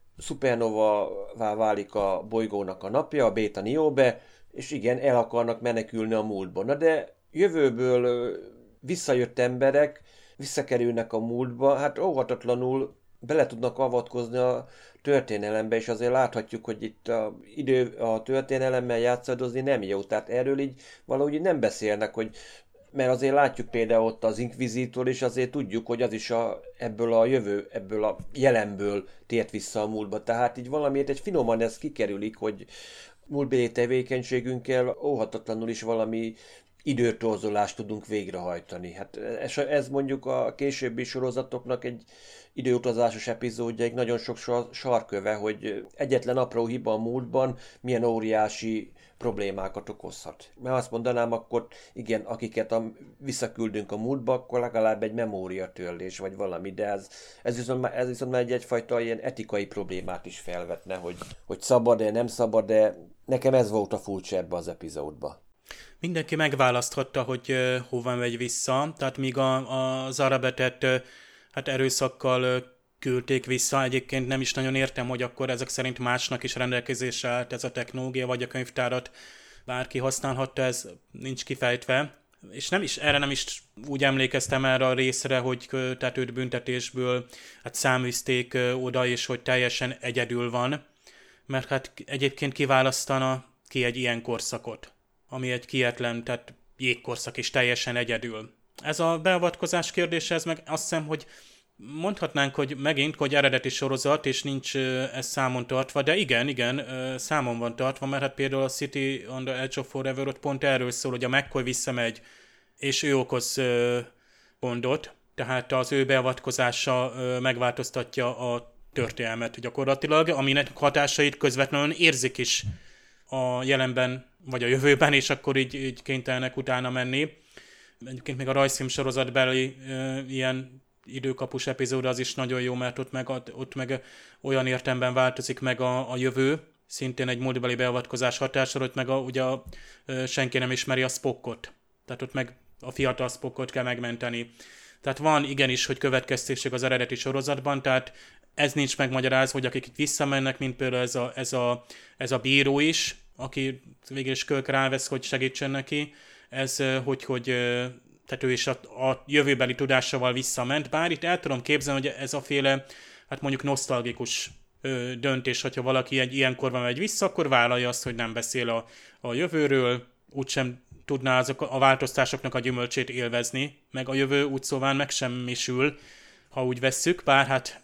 szupernova-vá válik a bolygónak a napja, a Beta Niobe, és igen, el akarnak menekülni a múltba. Na de jövőből visszajött emberek visszakerülnek a múltba, hát óhatatlanul bele tudnak avatkozni a történelembe, és azért láthatjuk, hogy itt a, idő, a történelemmel játszadozni nem jó, tehát erről így valahogy nem beszélnek, hogy mert azért látjuk például ott az Inquisitor, és azért tudjuk, hogy az is a, ebből a jövő, ebből a jelenből tért vissza a múltba. Tehát így valamiért egy finoman ez kikerülik, hogy múltbeli tevékenységünkkel óhatatlanul is valami időtorzolást tudunk végrehajtani. Hát ez, ez mondjuk a későbbi sorozatoknak egy időutazásos epizódja, egy nagyon sok sarköve, hogy egyetlen apró hiba a múltban milyen óriási problémákat okozhat. Mert azt mondanám, akkor igen, akiket a, visszaküldünk a múltba, akkor legalább egy memóriatörlés, vagy valami, de ez, ez viszont, ez viszont már egy egyfajta ilyen etikai problémát is felvetne, hogy, hogy szabad-e, nem szabad-e. Nekem ez volt a furcsa ebbe az epizódba. Mindenki megválaszthatta, hogy uh, hova megy vissza, tehát míg a, az Arabetet uh, hát erőszakkal uh, küldték vissza, egyébként nem is nagyon értem, hogy akkor ezek szerint másnak is rendelkezésre állt ez a technológia, vagy a könyvtárat bárki használhatta, ez nincs kifejtve. És nem is, erre nem is úgy emlékeztem erre a részre, hogy tehát őt büntetésből hát száműzték uh, oda, és hogy teljesen egyedül van, mert hát egyébként kiválasztana ki egy ilyen korszakot, ami egy kietlen, tehát jégkorszak is teljesen egyedül. Ez a beavatkozás kérdése, ez meg azt hiszem, hogy mondhatnánk, hogy megint, hogy eredeti sorozat, és nincs ez számon tartva, de igen, igen, számon van tartva, mert hát például a City on the Edge of Forever ott pont erről szól, hogy a McCoy visszamegy, és ő okoz gondot, tehát az ő beavatkozása megváltoztatja a történelmet gyakorlatilag, aminek hatásait közvetlenül érzik is a jelenben, vagy a jövőben, és akkor így, így kénytelenek utána menni. Egyébként még a rajzfilm sorozatbeli e, ilyen időkapus epizód az is nagyon jó, mert ott meg, ott meg olyan értelemben változik meg a, a jövő, szintén egy múltbeli beavatkozás hatására, ott meg a, ugye a, e, senki nem ismeri a Spockot. Tehát ott meg a fiatal Spockot kell megmenteni. Tehát van igenis, hogy következtések az eredeti sorozatban, tehát ez nincs megmagyarázva, hogy akik itt visszamennek, mint például ez a, ez a, ez a bíró is, aki végül is Kirk rávesz, hogy segítsen neki, ez hogy, hogy tehát ő is a, a jövőbeli tudásával visszament, bár itt el tudom képzelni, hogy ez a féle, hát mondjuk nosztalgikus ö, döntés, hogyha valaki egy ilyen korban megy vissza, akkor vállalja azt, hogy nem beszél a, a jövőről, úgysem tudná azok a változtásoknak a gyümölcsét élvezni, meg a jövő úgy szóval megsemmisül, ha úgy vesszük, bár hát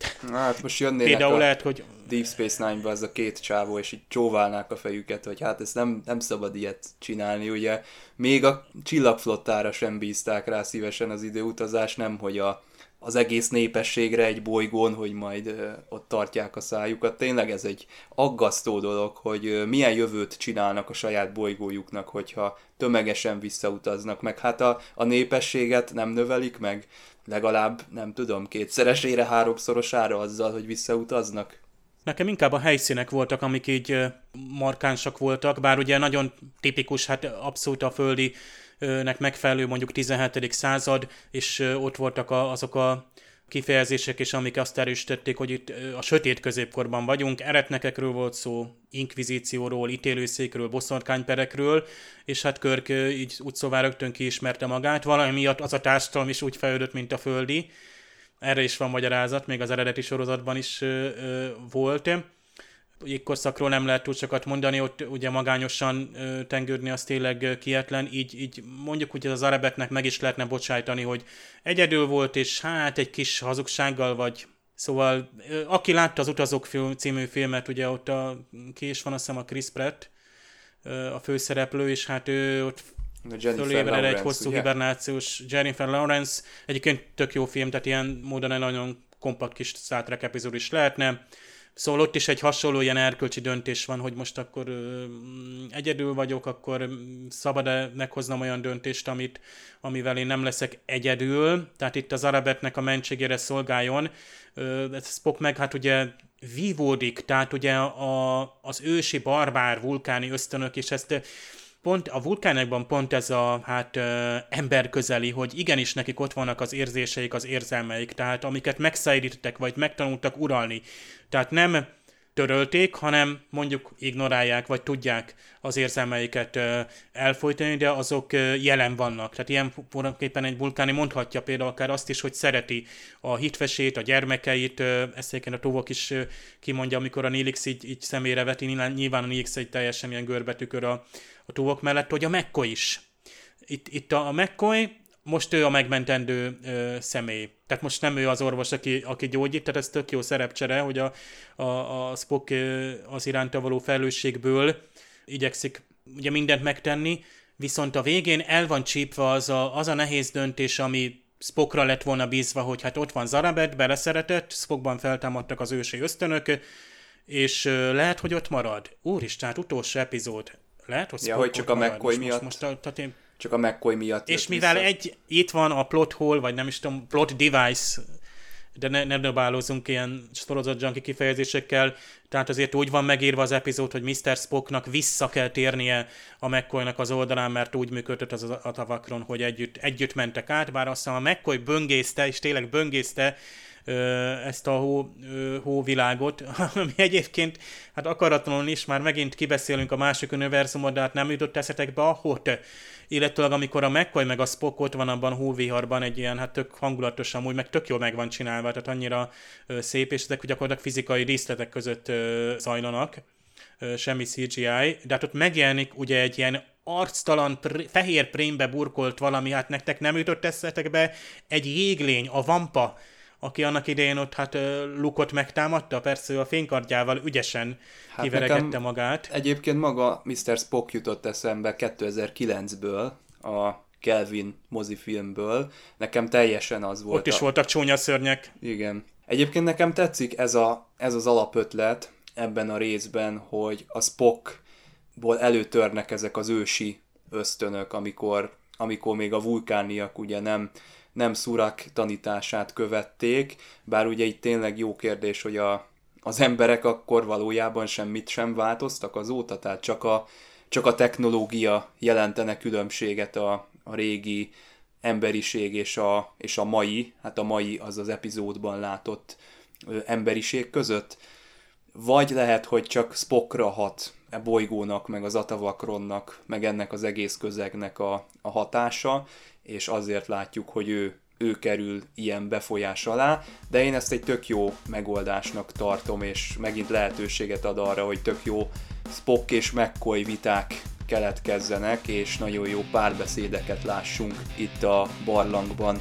hát most jönnének például a lehet, hogy Deep Space Nine-ba az a két csávó, és így csóválnák a fejüket, hogy hát ez nem, nem szabad ilyet csinálni, ugye. Még a csillagflottára sem bízták rá szívesen az időutazás, nem hogy a, az egész népességre egy bolygón, hogy majd ö, ott tartják a szájukat. Tényleg ez egy aggasztó dolog, hogy ö, milyen jövőt csinálnak a saját bolygójuknak, hogyha tömegesen visszautaznak, meg hát a, a népességet nem növelik meg, legalább, nem tudom, kétszeresére, háromszorosára azzal, hogy visszautaznak. Nekem inkább a helyszínek voltak, amik így markánsak voltak, bár ugye nagyon tipikus, hát abszolút a földinek megfelelő mondjuk tizenhetedik század, és ott voltak a, azok a kifejezések is, amik azt erősítették, hogy itt a sötét középkorban vagyunk, eretnekekről volt szó, inkvizícióról, ítélőszékről, boszorkányperekről, és hát Kirk így úgy szóval rögtön kiismerte magát, valami miatt az a társadalom is úgy fejlődött, mint a földi. Erre is van magyarázat, még az eredeti sorozatban is ö, ö, volt. Jégkorszakról nem lehet túl sokat mondani, ott ugye magányosan ö, tengődni az tényleg kietlen, így, így mondjuk, hogy az Arabetnek meg is lehetne bocsájtani, hogy egyedül volt, és hát egy kis hazugsággal, vagy szóval, ö, aki látta az Utazók film, című filmet, ugye ott a, ki is van, azt hiszem a Chris Pratt, ö, a főszereplő, és hát ő ott fölébred egy hosszú ugye? hibernációs Jennifer Lawrence, egyébként tök jó film, tehát ilyen módon egy nagyon kompakt kis Star Trek epizód is lehetne. Szóval ott is egy hasonló ilyen erkölcsi döntés van, hogy most akkor ö, egyedül vagyok, akkor szabad-e meghoznom olyan döntést, amit, amivel én nem leszek egyedül. Tehát itt az Arabetnek a mentségére szolgáljon. Ö, Spock meg hát ugye vívódik, tehát ugye a, az ősi barbár vulkáni ösztönök, és ezt pont a vulkánekban pont ez a hát ö, emberközeli, hogy igenis nekik ott vannak az érzéseik, az érzelmeik, tehát amiket megszállítottak, vagy megtanultak uralni. Tehát nem törölték, hanem mondjuk ignorálják, vagy tudják az érzelmeiket ö, elfolytani, de azok ö, jelen vannak. Tehát ilyen forraképpen egy vulkáni mondhatja például akár azt is, hogy szereti a hitvesét, a gyermekeit, ö, ezt egyébként a Tuvok is ö, kimondja, amikor a Neelix így, így személyre veti, nyilván a Neelix egy teljesen ilyen görbetükör a, a Tuvok mellett, hogy a McCoy is. Itt, itt a, a McCoy, most ő a megmentendő ö, személy. Tehát most nem ő az orvos, aki, aki gyógyít, tehát ez tök jó szerepcsere, hogy a, a, a Spock ö, az iránta való felelősségből igyekszik ugye mindent megtenni, viszont a végén el van csípva az a, az a nehéz döntés, ami Spockra lett volna bízva, hogy hát ott van Zarabet, beleszeretett, Spockban feltámadtak az ősi ösztönök, és ö, lehet, hogy ott marad. Úristen, hát utolsó epizód. Lehet, hogy Spock ja, hogy csak a McCoy miatt. Most, most, tehát én... Csak a McCoy miatt. És mivel vissza. egy, itt van a plot hole, vagy nem is tudom, plot device, de ne, nem dobálózunk ilyen sorozat junkie kifejezésekkel, tehát azért úgy van megírva az epizód, hogy miszter Spocknak vissza kell térnie a McCoynak az oldalán, mert úgy működött az a Tavakron, hogy együtt, együtt mentek át, bár aztán a McCoy böngészte, és tényleg böngészte ezt a hó, hóvilágot, ami egyébként, hát akaratlanul is, már megint kibeszélünk a másik univerzumot, de hát nem jutott eszetekbe a hot. Illetőleg amikor a McCoy meg a Spock ott van abban a hóviharban, egy ilyen, hát tök hangulatosan, úgy meg tök jól meg van csinálva, tehát annyira ö, szép, és ezek gyakorlatilag fizikai díszletek között ö, zajlanak, ö, semmi cé gé í, de hát ott megjelenik ugye egy ilyen arctalan, pr- fehér prémbe burkolt valami, hát nektek nem jutott eszetekbe, egy jéglény, a Vampa, aki annak idején ott hát Luke-ot megtámadta, persze ő a fénykardjával ügyesen hát kiveregette magát. Egyébként maga miszter Spock jutott eszembe kétezer-kilencből, a Kelvin mozifilmből. Nekem teljesen az volt. Ott is a... voltak csúnya szörnyek. Igen. Egyébként nekem tetszik ez, a, ez az alapötlet ebben a részben, hogy a Spockból előtörnek ezek az ősi ösztönök, amikor, amikor még a vulkániak ugye nem nem Surak tanítását követték, bár ugye itt tényleg jó kérdés, hogy a, az emberek akkor valójában semmit sem változtak azóta, tehát csak a, csak a technológia jelentene különbséget a, a régi emberiség és a, és a mai, hát a mai az az epizódban látott ö, emberiség között, vagy lehet, hogy csak Spockra hat a bolygónak, meg az Atavakronnak, meg ennek az egész közegnek a, a hatása, és azért látjuk, hogy ő, ő kerül ilyen befolyás alá, de én ezt egy tök jó megoldásnak tartom, és megint lehetőséget ad arra, hogy tök jó Spock és McCoy viták keletkezzenek, és nagyon jó párbeszédeket lássunk itt a barlangban.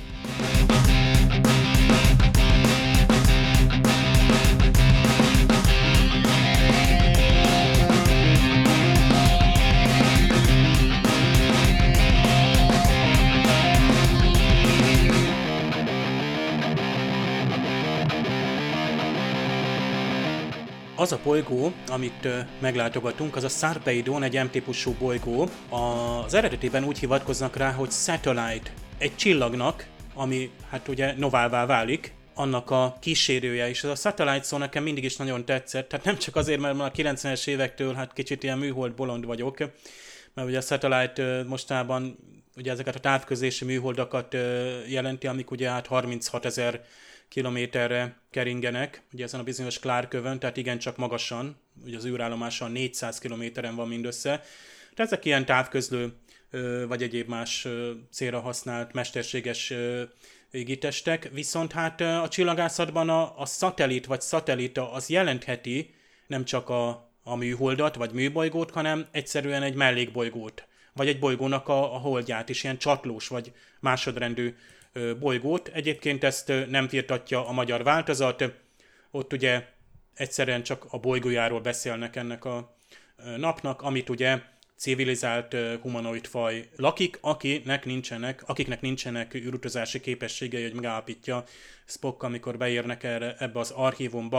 Az a bolygó, amit ö, meglátogatunk, az a Sarpeidon, egy M-típusú bolygó. Az eredetiben úgy hivatkoznak rá, hogy satellite, egy csillagnak, ami hát ugye novává válik, annak a kísérője is. Ez a satellite szó nekem mindig is nagyon tetszett, tehát nem csak azért, mert már a kilencvenes évektől hát kicsit ilyen műhold bolond vagyok, mert ugye a satellite mostában ugye ezeket a távközlési műholdakat jelenti, amik ugye hát harminchatezer kilométerre keringenek, ugye ezen a bizonyos Clarke-övön, tehát igencsak magasan, ugye az űrállomáson négyszáz kilométeren van mindössze. De ezek ilyen távközlő, vagy egyéb más célra használt mesterséges égitestek, viszont hát a csillagászatban a, a szatellit vagy szatellita az jelentheti nem csak a, a műholdat vagy műbolygót, hanem egyszerűen egy mellékbolygót, vagy egy bolygónak a, a holdját is, ilyen csatlós vagy másodrendű bolygót. Egyébként ezt nem firtatja a magyar változat, ott ugye egyszerűen csak a bolygójáról beszélnek ennek a napnak, amit ugye civilizált humanoid faj lakik, akinek nincsenek, akiknek nincsenek űrutazási képességei, hogy megállapítja Spock, amikor beérnek erre, ebbe az archívumba.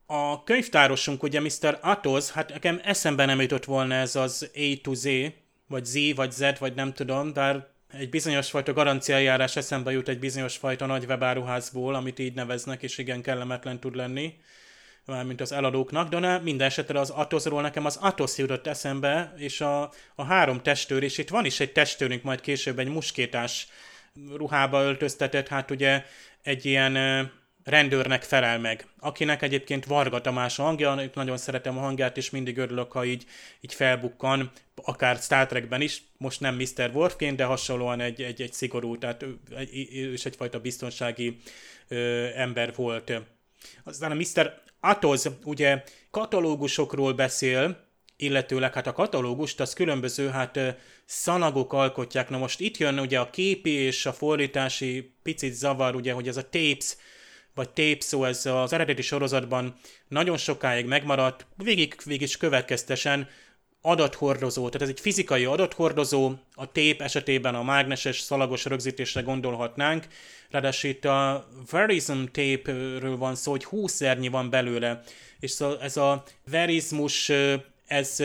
A könyvtárosunk, ugye miszter Atos, hát nekem eszembe nem jutott volna ez az A to Z, vagy Z, vagy Z, vagy nem tudom, bár egy bizonyos fajta garanciajárás eszembe jut egy bizonyos fajta nagy webáruházból, amit így neveznek, és igen kellemetlen tud lenni, mármint az eladóknak, de ne, minden esetre az Atosról nekem az Atos jutott eszembe, és a, a három testőr, és itt van is egy testőrünk majd később, egy muskétás ruhába öltöztetett, hát ugye egy ilyen rendőrnek felel meg, akinek egyébként Varga Tamás a hangja, nagyon szeretem a hangját, és mindig örülök, ha így, így felbukkan, akár Star Trekben is, most nem miszter Worfként, de hasonlóan egy, egy, egy szigorú, tehát egy, és egyfajta biztonsági ö, ember volt. Aztán a miszter Atos ugye katalógusokról beszél, illetőleg hát a katalógust az különböző hát szalagok alkotják. Na most itt jön ugye a képi és a fordítási picit zavar, ugye, hogy ez a tapes, vagy tape, szó ez az eredeti sorozatban nagyon sokáig megmaradt, végig, végig is következtesen adathordozó, tehát ez egy fizikai adathordozó, a tape esetében a mágneses szalagos rögzítésre gondolhatnánk, ráadásul itt a verism tape-ről van szó, hogy húszernyi van belőle, és ez a verizmus, ez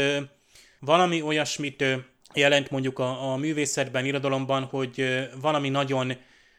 valami olyasmit jelent mondjuk a, a művészetben, irodalomban, hogy valami nagyon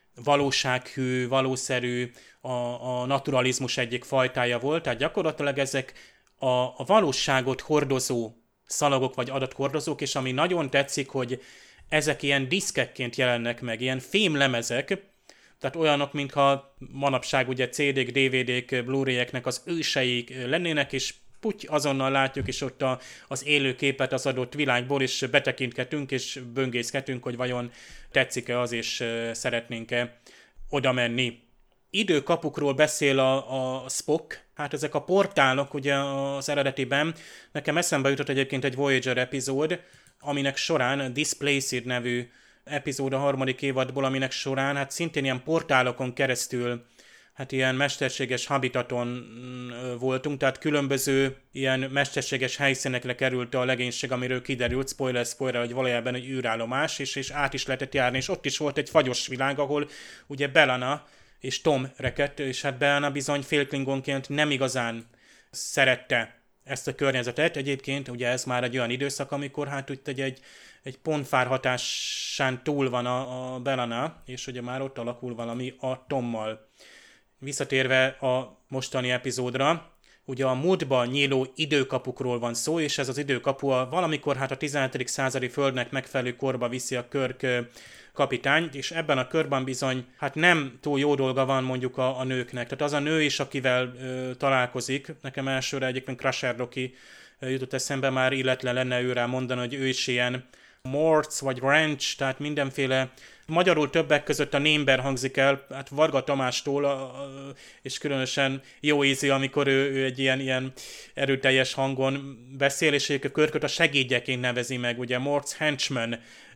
valósághű, valószerű, a, a naturalizmus egyik fajtája volt, tehát gyakorlatilag ezek a, a valóságot hordozó szalagok vagy adathordozók, és ami nagyon tetszik, hogy ezek ilyen diszkekként jelennek meg, ilyen fémlemezek, tehát olyanok, mintha manapság ugye cé dék, dé vé dék, Blu-ray-eknek az őseik lennének, és puty, azonnal látjuk is ott a, az élő képet az adott világból, és betekinthetünk, és böngészhetünk, hogy vajon tetszik-e az, és szeretnénk-e oda menni. Időkapukról beszél a, a Spock, hát ezek a portálok ugye az eredetiben, nekem eszembe jutott egyébként egy Voyager epizód, aminek során a Displaced nevű epizód a harmadik évadból, aminek során hát szintén ilyen portálokon keresztül hát ilyen mesterséges habitaton voltunk, tehát különböző ilyen mesterséges helyszínekre került a legénység, amiről kiderült, spoiler, spoiler, hogy valójában egy űrállomás, és, és át is lehetett járni, és ott is volt egy fagyos világ, ahol ugye B'Elanna és Tom rekedt, és hát B'Elanna bizony félklingonként nem igazán szerette ezt a környezetet. Egyébként ugye ez már egy olyan időszak, amikor hát úgy egy, egy, egy pontfár hatásán túl van a, a B'Elanna, és ugye már ott alakul valami a Tommal. Visszatérve a mostani epizódra, ugye a múltban nyíló időkapukról van szó, és ez az időkapu a valamikor hát a tizenhetedik századi földnek megfelelő korba viszi a Kirk kapitányt, és ebben a körben bizony hát nem túl jó dolga van mondjuk a, a nőknek. Tehát az a nő is, akivel ö, találkozik, nekem elsőre egyébként Crusher Rocky jutott eszembe, már illetlen lenne őrá mondani, hogy ő is ilyen Morts vagy Ranch, tehát mindenféle, magyarul többek között a Némber hangzik el, hát Varga Tamástól, a, a, és különösen jó ízű, amikor ő, ő egy ilyen, ilyen erőteljes hangon beszél, és a Körköt a segédjeként nevezi meg, ugye Morts Henchman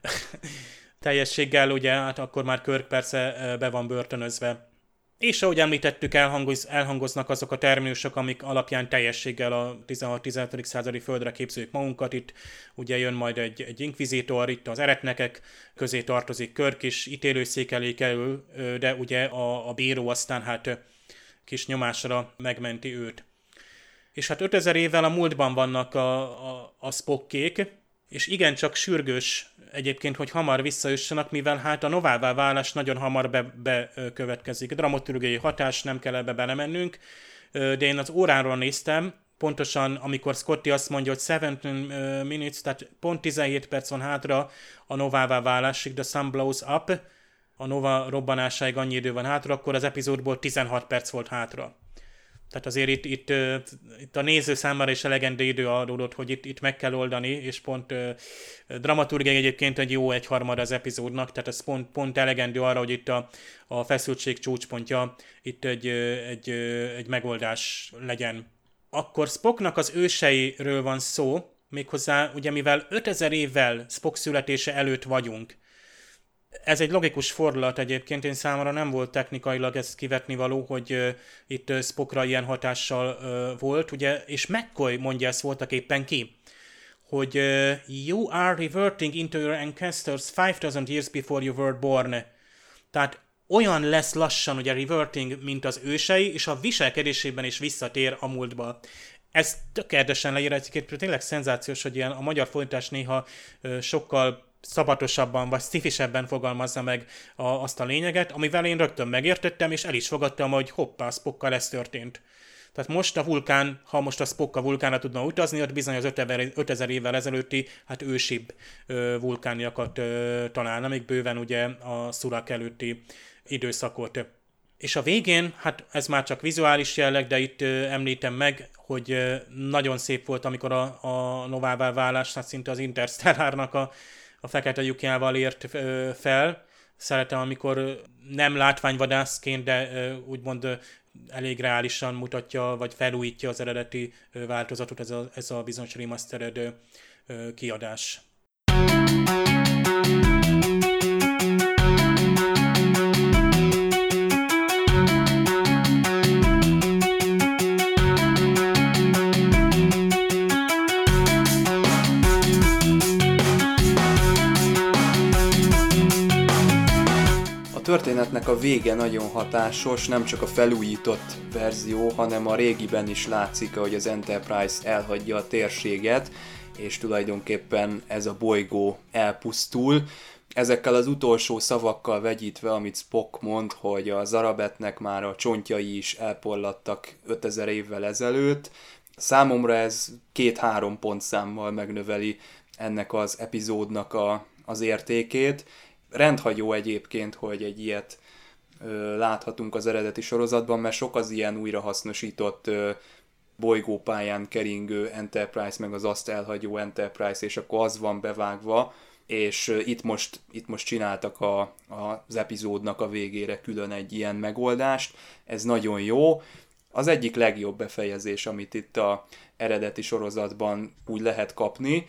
teljességgel, ugye, hát akkor már Kirk persze be van börtönözve. És ahogy említettük, elhangoz, elhangoznak azok a terminusok, amik alapján teljességgel a tizenhat-tizenhetedik századi földre képzeljük magunkat. Itt ugye jön majd egy, egy inkvizitor, itt az eretnekek közé tartozik Kirk is, ítélőszék elé kerül, de ugye a, a bíró aztán hát kis nyomásra megmenti őt. És hát ötezer évvel a múltban vannak a, a, a Spockék, és igencsak sürgős egyébként, hogy hamar visszajussanak, mivel hát a novává válás nagyon hamar bekövetkezik. Be dramaturgiai hatás, nem kell ebbe belemennünk, de én az óráról néztem, pontosan amikor Scotty azt mondja, hogy tizenhét minutes, tehát pont tizenhét perc van hátra a novává válásig, the sun blows up, a nova robbanásáig annyi idő van hátra, akkor az epizódból tizenhat perc volt hátra. Tehát azért itt, itt, itt a néző számára is elegendő idő adódott, hogy itt, itt meg kell oldani, és pont dramaturgiai egyébként egy jó egyharmad az epizódnak, tehát ez pont, pont elegendő arra, hogy itt a, a feszültség csúcspontja, itt egy, egy, egy megoldás legyen. Akkor Spocknak az őseiről van szó, méghozzá ugye mivel ötezer évvel Spock születése előtt vagyunk. Ez egy logikus fordulat egyébként, én számomra nem volt technikailag ez kivetni való, hogy uh, itt uh, Spockra ilyen hatással uh, volt, ugye, és McCoy mondja ezt voltak éppen ki, hogy uh, you are reverting into your ancestors five thousand years before you were born. Tehát olyan lesz lassan ugye reverting, mint az ősei, és a viselkedésében is visszatér a múltba. Ez tökéletesen leír, egyébként tényleg szenzációs, hogy ilyen a magyar fordítás néha ö, sokkal szabatosabban vagy szifisebben fogalmazza meg a, azt a lényeget, amivel én rögtön megértettem, és el is fogadtam, hogy hoppá, a Spockkal ez történt. Tehát most a vulkán, ha most a Spock a vulkánra tudna utazni, ott bizony az ötezer évvel ezelőtti, hát ősibb ö, vulkániakat ö, találna, még bőven ugye a Surak előtti időszakot. És a végén, hát ez már csak vizuális jelleg, de itt ö, említem meg, hogy ö, nagyon szép volt, amikor a, a Novává válás, hát szinte az Interstellárnak a, a fekete lyukjával ért ö, fel. Szeretem, amikor nem látványvadászként, de ö, úgymond ö, elég reálisan mutatja, vagy felújítja az eredeti ö, változatot, ez a, ez a bizonyos remastered ö, kiadás. A történetnek a vége nagyon hatásos, nem csak a felújított verzió, hanem a régiben is látszik, hogy az Enterprise elhagyja a térséget, és tulajdonképpen ez a bolygó elpusztul. Ezekkel az utolsó szavakkal vegyítve, amit Spock mond, hogy a Zarabetnek már a csontjai is elporladtak ötezer évvel ezelőtt, számomra ez két-három pontszámmal megnöveli ennek az epizódnak a, az értékét. Rendhagyó egyébként, hogy egy ilyet ö, láthatunk az eredeti sorozatban, mert sok az ilyen újrahasznosított ö, bolygópályán keringő Enterprise, meg az azt elhagyó Enterprise, és akkor az van bevágva, és ö, itt, most, itt most csináltak a, a, az epizódnak a végére külön egy ilyen megoldást. Ez nagyon jó. Az egyik legjobb befejezés, amit itt az eredeti sorozatban úgy lehet kapni.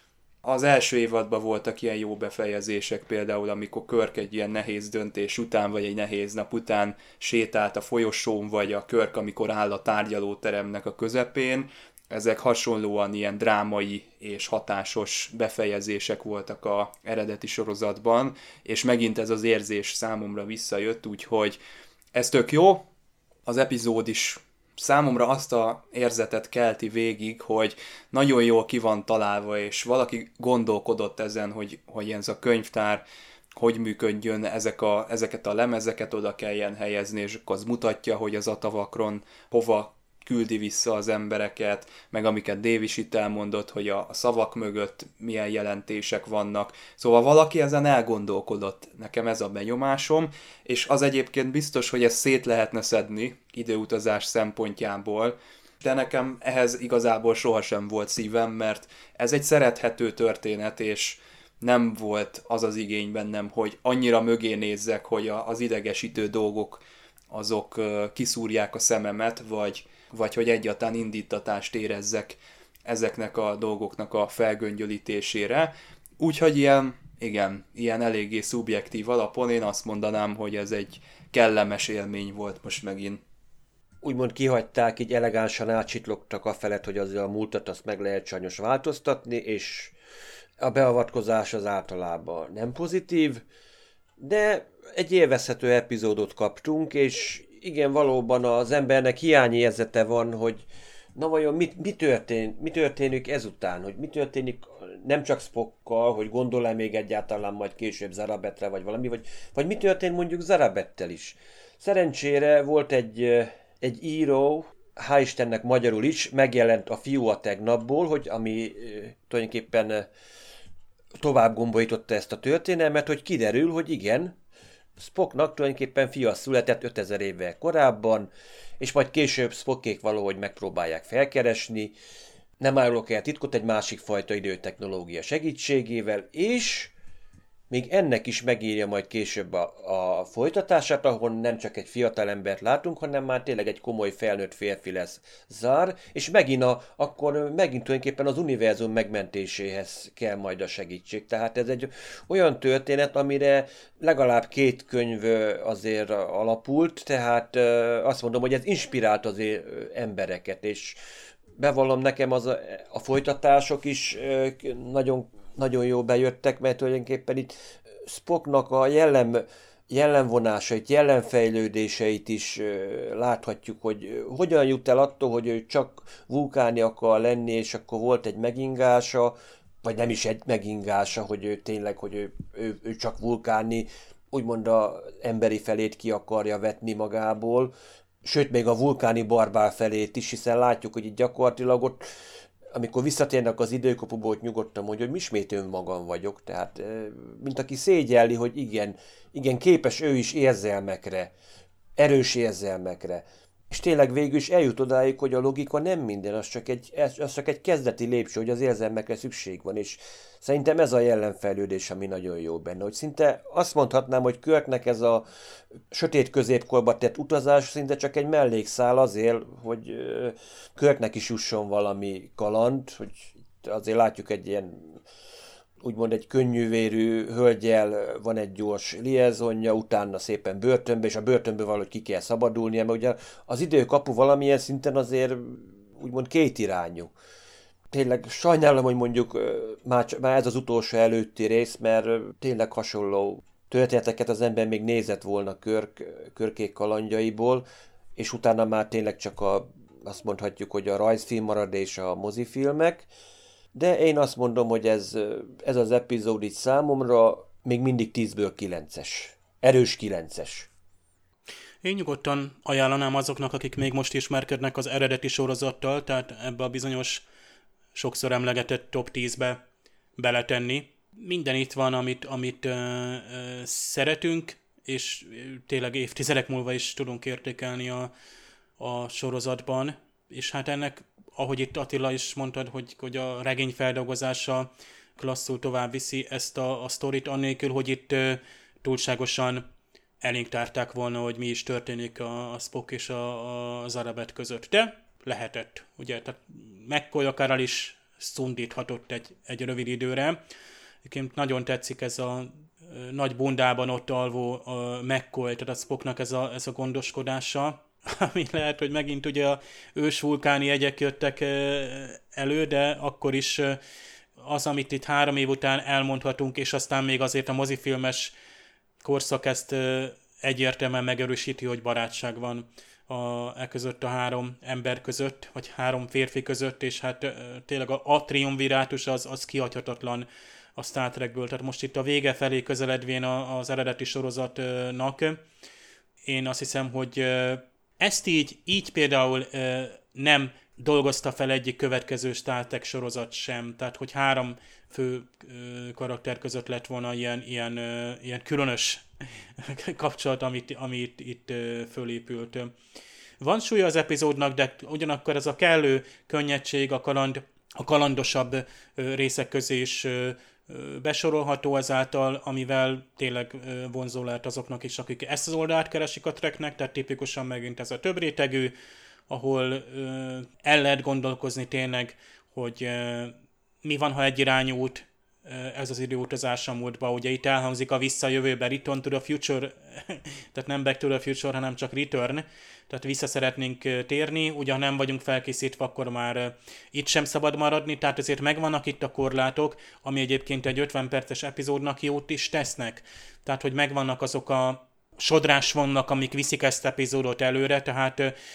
Az első évadban voltak ilyen jó befejezések, például amikor Kirk egy ilyen nehéz döntés után, vagy egy nehéz nap után sétált a folyosón, vagy a Kirk, amikor áll a tárgyalóteremnek a közepén. Ezek hasonlóan ilyen drámai és hatásos befejezések voltak az eredeti sorozatban, és megint ez az érzés számomra visszajött, úgyhogy ez tök jó. Az epizód is számomra azt a érzetet kelti végig, hogy nagyon jól ki van találva, és valaki gondolkodott ezen, hogy, hogy ez a könyvtár hogy működjön, ezek a, ezeket a lemezeket oda kelljen helyezni, és akkor az mutatja, hogy az Atavakron hova küldi vissza az embereket, meg amiket Dave is itt elmondott, hogy a, a szavak mögött milyen jelentések vannak. Szóval valaki ezen elgondolkodott, nekem ez a benyomásom, és az egyébként biztos, hogy ezt szét lehetne szedni időutazás szempontjából, de nekem ehhez igazából sohasem volt szívem, mert ez egy szerethető történet, és nem volt az az igény bennem, hogy annyira mögé nézzek, hogy a, az idegesítő dolgok azok kiszúrják a szememet, vagy vagy hogy egyáltalán indítatást érezzek ezeknek a dolgoknak a felgöngyölítésére. Úgyhogy ilyen, igen, ilyen eléggé szubjektív alapon én azt mondanám, hogy ez egy kellemes élmény volt most megint. Úgymond kihagyták, így elegánsan átsitlogtak a felett, hogy azért a múltat azt meg lehet sajnos változtatni, és a beavatkozás az általában nem pozitív, de egy élvezhető epizódot kaptunk, és igen, valóban az embernek hiányérzete van, hogy na vajon mit, mi, történ, mi történik ezután, hogy mi történik nem csak Spockkal, hogy gondol-e még egyáltalán majd később Zarabetre, vagy valami, vagy, vagy mi történt mondjuk Zarabettel is. Szerencsére volt egy, egy író, hál' Istennek magyarul is, megjelent a Fiú a tegnapból, hogy ami tulajdonképpen tovább gombolította ezt a történelmet, hogy kiderül, hogy igen, Spocknak tulajdonképpen fia született ötezer évvel korábban, és majd később Spockék valahogy megpróbálják felkeresni, nem árulok el titkot, egy másik fajta időtechnológia segítségével, és még ennek is megírja majd később a, a folytatását, ahol nem csak egy fiatal embert látunk, hanem már tényleg egy komoly felnőtt férfi lesz Zar, és megint a, akkor megint tulajdonképpen az univerzum megmentéséhez kell majd a segítség. Tehát ez egy olyan történet, amire legalább két könyv azért alapult, tehát azt mondom, hogy ez inspirált azért embereket, és bevallom, nekem az a, a folytatások is nagyon nagyon jól bejöttek, mert tulajdonképpen itt Spocknak a jellem, jellemvonásait, jellemfejlődéseit is láthatjuk, hogy hogyan jut el attól, hogy ő csak vulkáni akar lenni, és akkor volt egy megingása, vagy nem is egy megingása, hogy ő tényleg, hogy ő, ő, ő csak vulkáni, úgymond az emberi felét ki akarja vetni magából, sőt, még a vulkáni barbár felét is, hiszen látjuk, hogy itt gyakorlatilag ott, amikor visszatérnek az időkapuból, ott nyugodtan mondja, hogy ismét önmagam vagyok, tehát mint aki szégyelli, hogy igen, igen, képes ő is érzelmekre, erős érzelmekre. És tényleg végül is eljut odáig, hogy a logika nem minden, az csak egy, az csak egy kezdeti lépcső, hogy az érzelmekre szükség van, és szerintem ez a jellemfejlődés, ami nagyon jó benne, hogy szinte azt mondhatnám, hogy Kirknek ez a sötét középkorba tett utazás szinte csak egy mellékszál azért, hogy Kirknek is jusson valami kaland, hogy azért látjuk egy ilyen, úgymond egy könnyűvérű hölgyel van egy gyors liaisonja, utána szépen börtönbe, és a börtönből valahogy ki kell szabadulnia, mert ugye az időkapu valamilyen szinten azért úgymond kétirányú. Tényleg sajnálom, hogy mondjuk már, már ez az utolsó előtti rész, mert tényleg hasonló történeteket az ember még nézett volna Kirk, Kirkék kalandjaiból, és utána már tényleg csak a, azt mondhatjuk, hogy a rajzfilm marad és a mozifilmek, de én azt mondom, hogy ez, ez az epizód itt számomra még mindig tízből kilences. Erős kilences. Én nyugodtan ajánlanám azoknak, akik még most ismerkednek az eredeti sorozattal, tehát ebbe a bizonyos sokszor emlegetett top tízbe beletenni. Minden itt van, amit, amit uh, uh, szeretünk, és tényleg évtizedek múlva is tudunk értékelni a, a sorozatban, és hát ennek, ahogy itt Attila is mondtad, hogy, hogy a regény feldolgozása klasszul tovább viszi ezt a, a sztorit, annélkül, hogy itt uh, túlságosan elénk tárták volna, hogy mi is történik a, a Spock és a, a Zarabeth között. De lehetett, ugye, tehát McCoy akár el is szundíthatott egy, egy rövid időre. Egyébként nagyon tetszik ez a nagy bundában ott alvó a McCoy, tehát a Spocknak ez a, ez a gondoskodása, ami lehet, hogy megint ugye a ős vulkáni jegyek jöttek elő, de akkor is az, amit itt három év után elmondhatunk, és aztán még azért a mozifilmes korszak ezt egyértelműen megerősíti, hogy barátság van a, e között a három ember között, vagy három férfi között, és hát tényleg a, a triumvirátus az, az kihagyhatatlan a Star Trekből. Tehát most itt a vége felé közeledvén az eredeti sorozatnak, én azt hiszem, hogy ezt így, így például nem dolgozta fel egyik következő Star Trek sorozat sem, tehát hogy három fő karakter között lett volna ilyen, ilyen, ilyen különös kapcsolat, amit, amit itt fölépült. Van súlya az epizódnak, de ugyanakkor ez a kellő könnyedség a, kaland, a kalandosabb részek közé is besorolható ezáltal, amivel tényleg vonzó lehet azoknak is, akik ezt az oldalát keresik a Treknek, tehát tipikusan megint ez a több rétegű, ahol el lehet gondolkozni tényleg, hogy mi van, ha egyirányú út ez az időutazás a múltba. Ugye itt elhangzik a visszajövőbe, Return to the Future, tehát nem Back to the Future, hanem csak Return, tehát vissza szeretnénk térni, ugyan nem vagyunk felkészítve, akkor már itt sem szabad maradni, tehát ezért megvannak itt a korlátok, ami egyébként egy ötven perces epizódnak jót is tesznek. Tehát, hogy megvannak azok a sodrás vannak, amik viszik ezt epizódot előre, tehát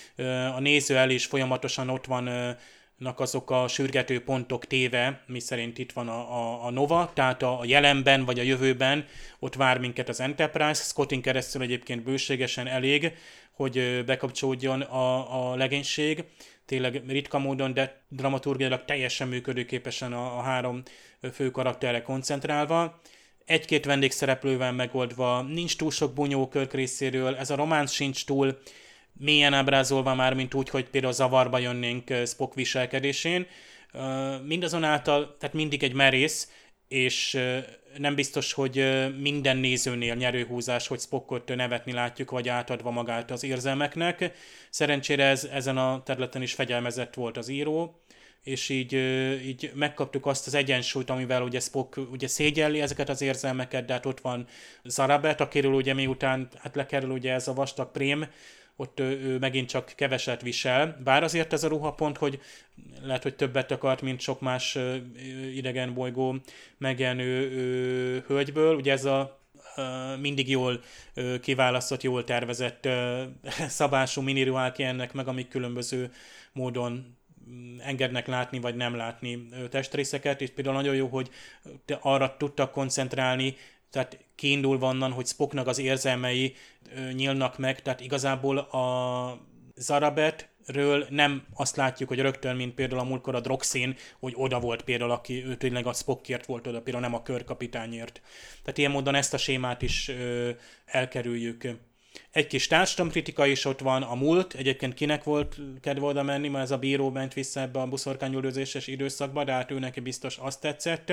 a néző el is folyamatosan ott van azok a sürgető pontok téve, mi szerint itt van a, a, a Nova, tehát a jelenben vagy a jövőben ott vár minket az Enterprise, Scottin keresztül egyébként bőségesen elég, hogy bekapcsolódjon a, a legénység, tényleg ritka módon, de dramaturgiailag teljesen működőképesen a, a három fő karakterre koncentrálva. Egy-két vendégszereplővel megoldva, nincs túl sok bunyó Kirk részéről, ez a románc sincs túl mélyen ábrázolva már, mint úgy, hogy például zavarba jönnénk Spock viselkedésén. Mindazonáltal, tehát mindig egy merész, és nem biztos, hogy minden nézőnél nyerőhúzás, hogy Spockot nevetni látjuk, vagy átadva magát az érzelmeknek. Szerencsére ez, ezen a területen is fegyelmezett volt az író, és így, így megkaptuk azt az egyensúlyt, amivel ugye Spock ugye szégyelli ezeket az érzelmeket, de hát ott van Zarabeth, akiről ugye miután hát lekerül ugye ez a vastag prém, ott ő, ő megint csak keveset visel. Bár azért ez a ruhapont, hogy lehet, hogy többet akart, mint sok más idegen bolygó megjelenő hölgyből. Ugye ez a mindig jól kiválasztott, jól tervezett szabású miniruhák jelennek meg, amik különböző módon engednek látni, vagy nem látni testrészeket, és például nagyon jó, hogy arra tudtak koncentrálni, tehát kiindulva onnan, hogy Spocknak az érzelmei nyílnak meg, tehát igazából a Zarabetről nem azt látjuk, hogy rögtön, mint például a múltkor a Droxin, hogy oda volt például, aki ő tényleg a Spockért volt oda, például nem a körkapitányért. Tehát ilyen módon ezt a sémát is ö, elkerüljük. Egy kis társadalomkritika is ott van, a múlt, egyébként kinek volt kedve oda menni, mert ez a bíró ment vissza ebbe a buszorkányüldözéses időszakba, de hát ő neki biztos azt tetszett.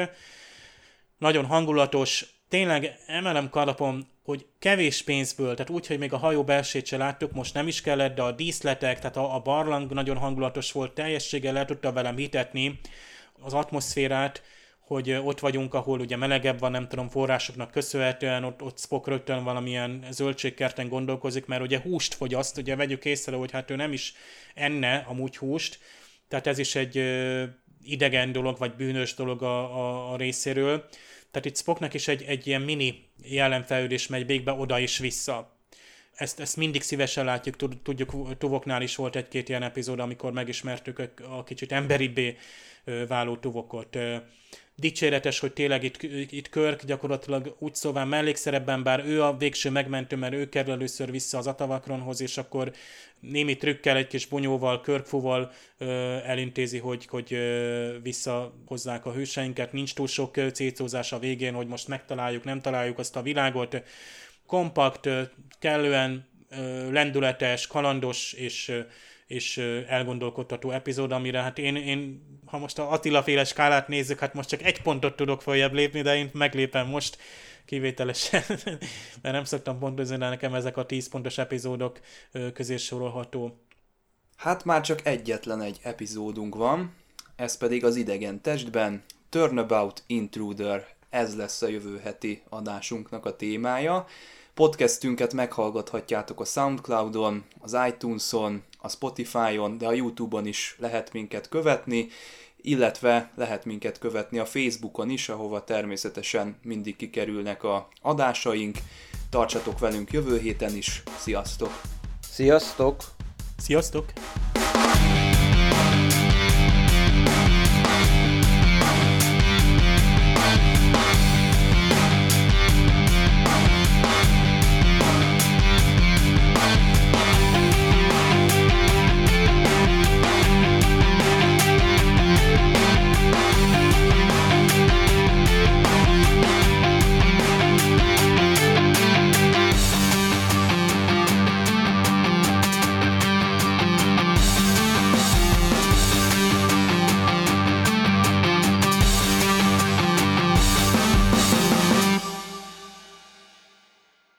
Nagyon hangulatos, tényleg emelem kalapom, hogy kevés pénzből, tehát úgy, hogy még a hajó belsét se láttuk, most nem is kellett, de a díszletek, tehát a, a barlang nagyon hangulatos volt, teljességgel le tudta velem hitetni az atmoszférát, hogy ott vagyunk, ahol ugye melegebb van, nem tudom, forrásoknak köszönhetően, ott, ott Spock rögtön valamilyen zöldségkerten gondolkozik, mert ugye húst fogyaszt, ugye vegyük észre, hogy hát ő nem is enne amúgy húst, tehát ez is egy ö, idegen dolog, vagy bűnös dolog a, a, a részéről. Tehát itt Spocknak is egy, egy ilyen mini jelenfejlődés megy végbe oda és vissza. Ezt, ezt mindig szívesen látjuk, tudjuk, Tuvoknál is volt egy-két ilyen epizód, amikor megismertük a, a kicsit emberibbé váló Tuvokot. Dicséretes, hogy tényleg itt, itt Kirk gyakorlatilag úgy szóval mellékszerepben, bár ő a végső megmentő, mert ő kerül először vissza az Atavakronhoz, és akkor némi trükkel, egy kis bunyóval, Kirkfuval elintézi, hogy, hogy visszahozzák a hőseinket. Nincs túl sok cécózás a végén, hogy most megtaláljuk, nem találjuk azt a világot. Kompakt, kellően lendületes, kalandos és és elgondolkodtató epizód, amire hát én, én ha most a Attila-féle skálát nézzük, hát most csak egy pontot tudok följebb lépni, de én meglépem most kivételesen, mert nem szoktam pontozni, de nekem ezek a tíz pontos epizódok közé sorolható. Hát már csak egyetlen egy epizódunk van, ez pedig az Idegen testben, Turnabout Intruder, ez lesz a jövő heti adásunknak a témája. Podcastünket meghallgathatjátok a Soundcloudon, az iTunes-on, a Spotify-on, de a YouTube-on is lehet minket követni, illetve lehet minket követni a Facebookon is, ahova természetesen mindig kikerülnek a adásaink. Tartsatok velünk jövő héten is, sziasztok! Sziasztok! Sziasztok!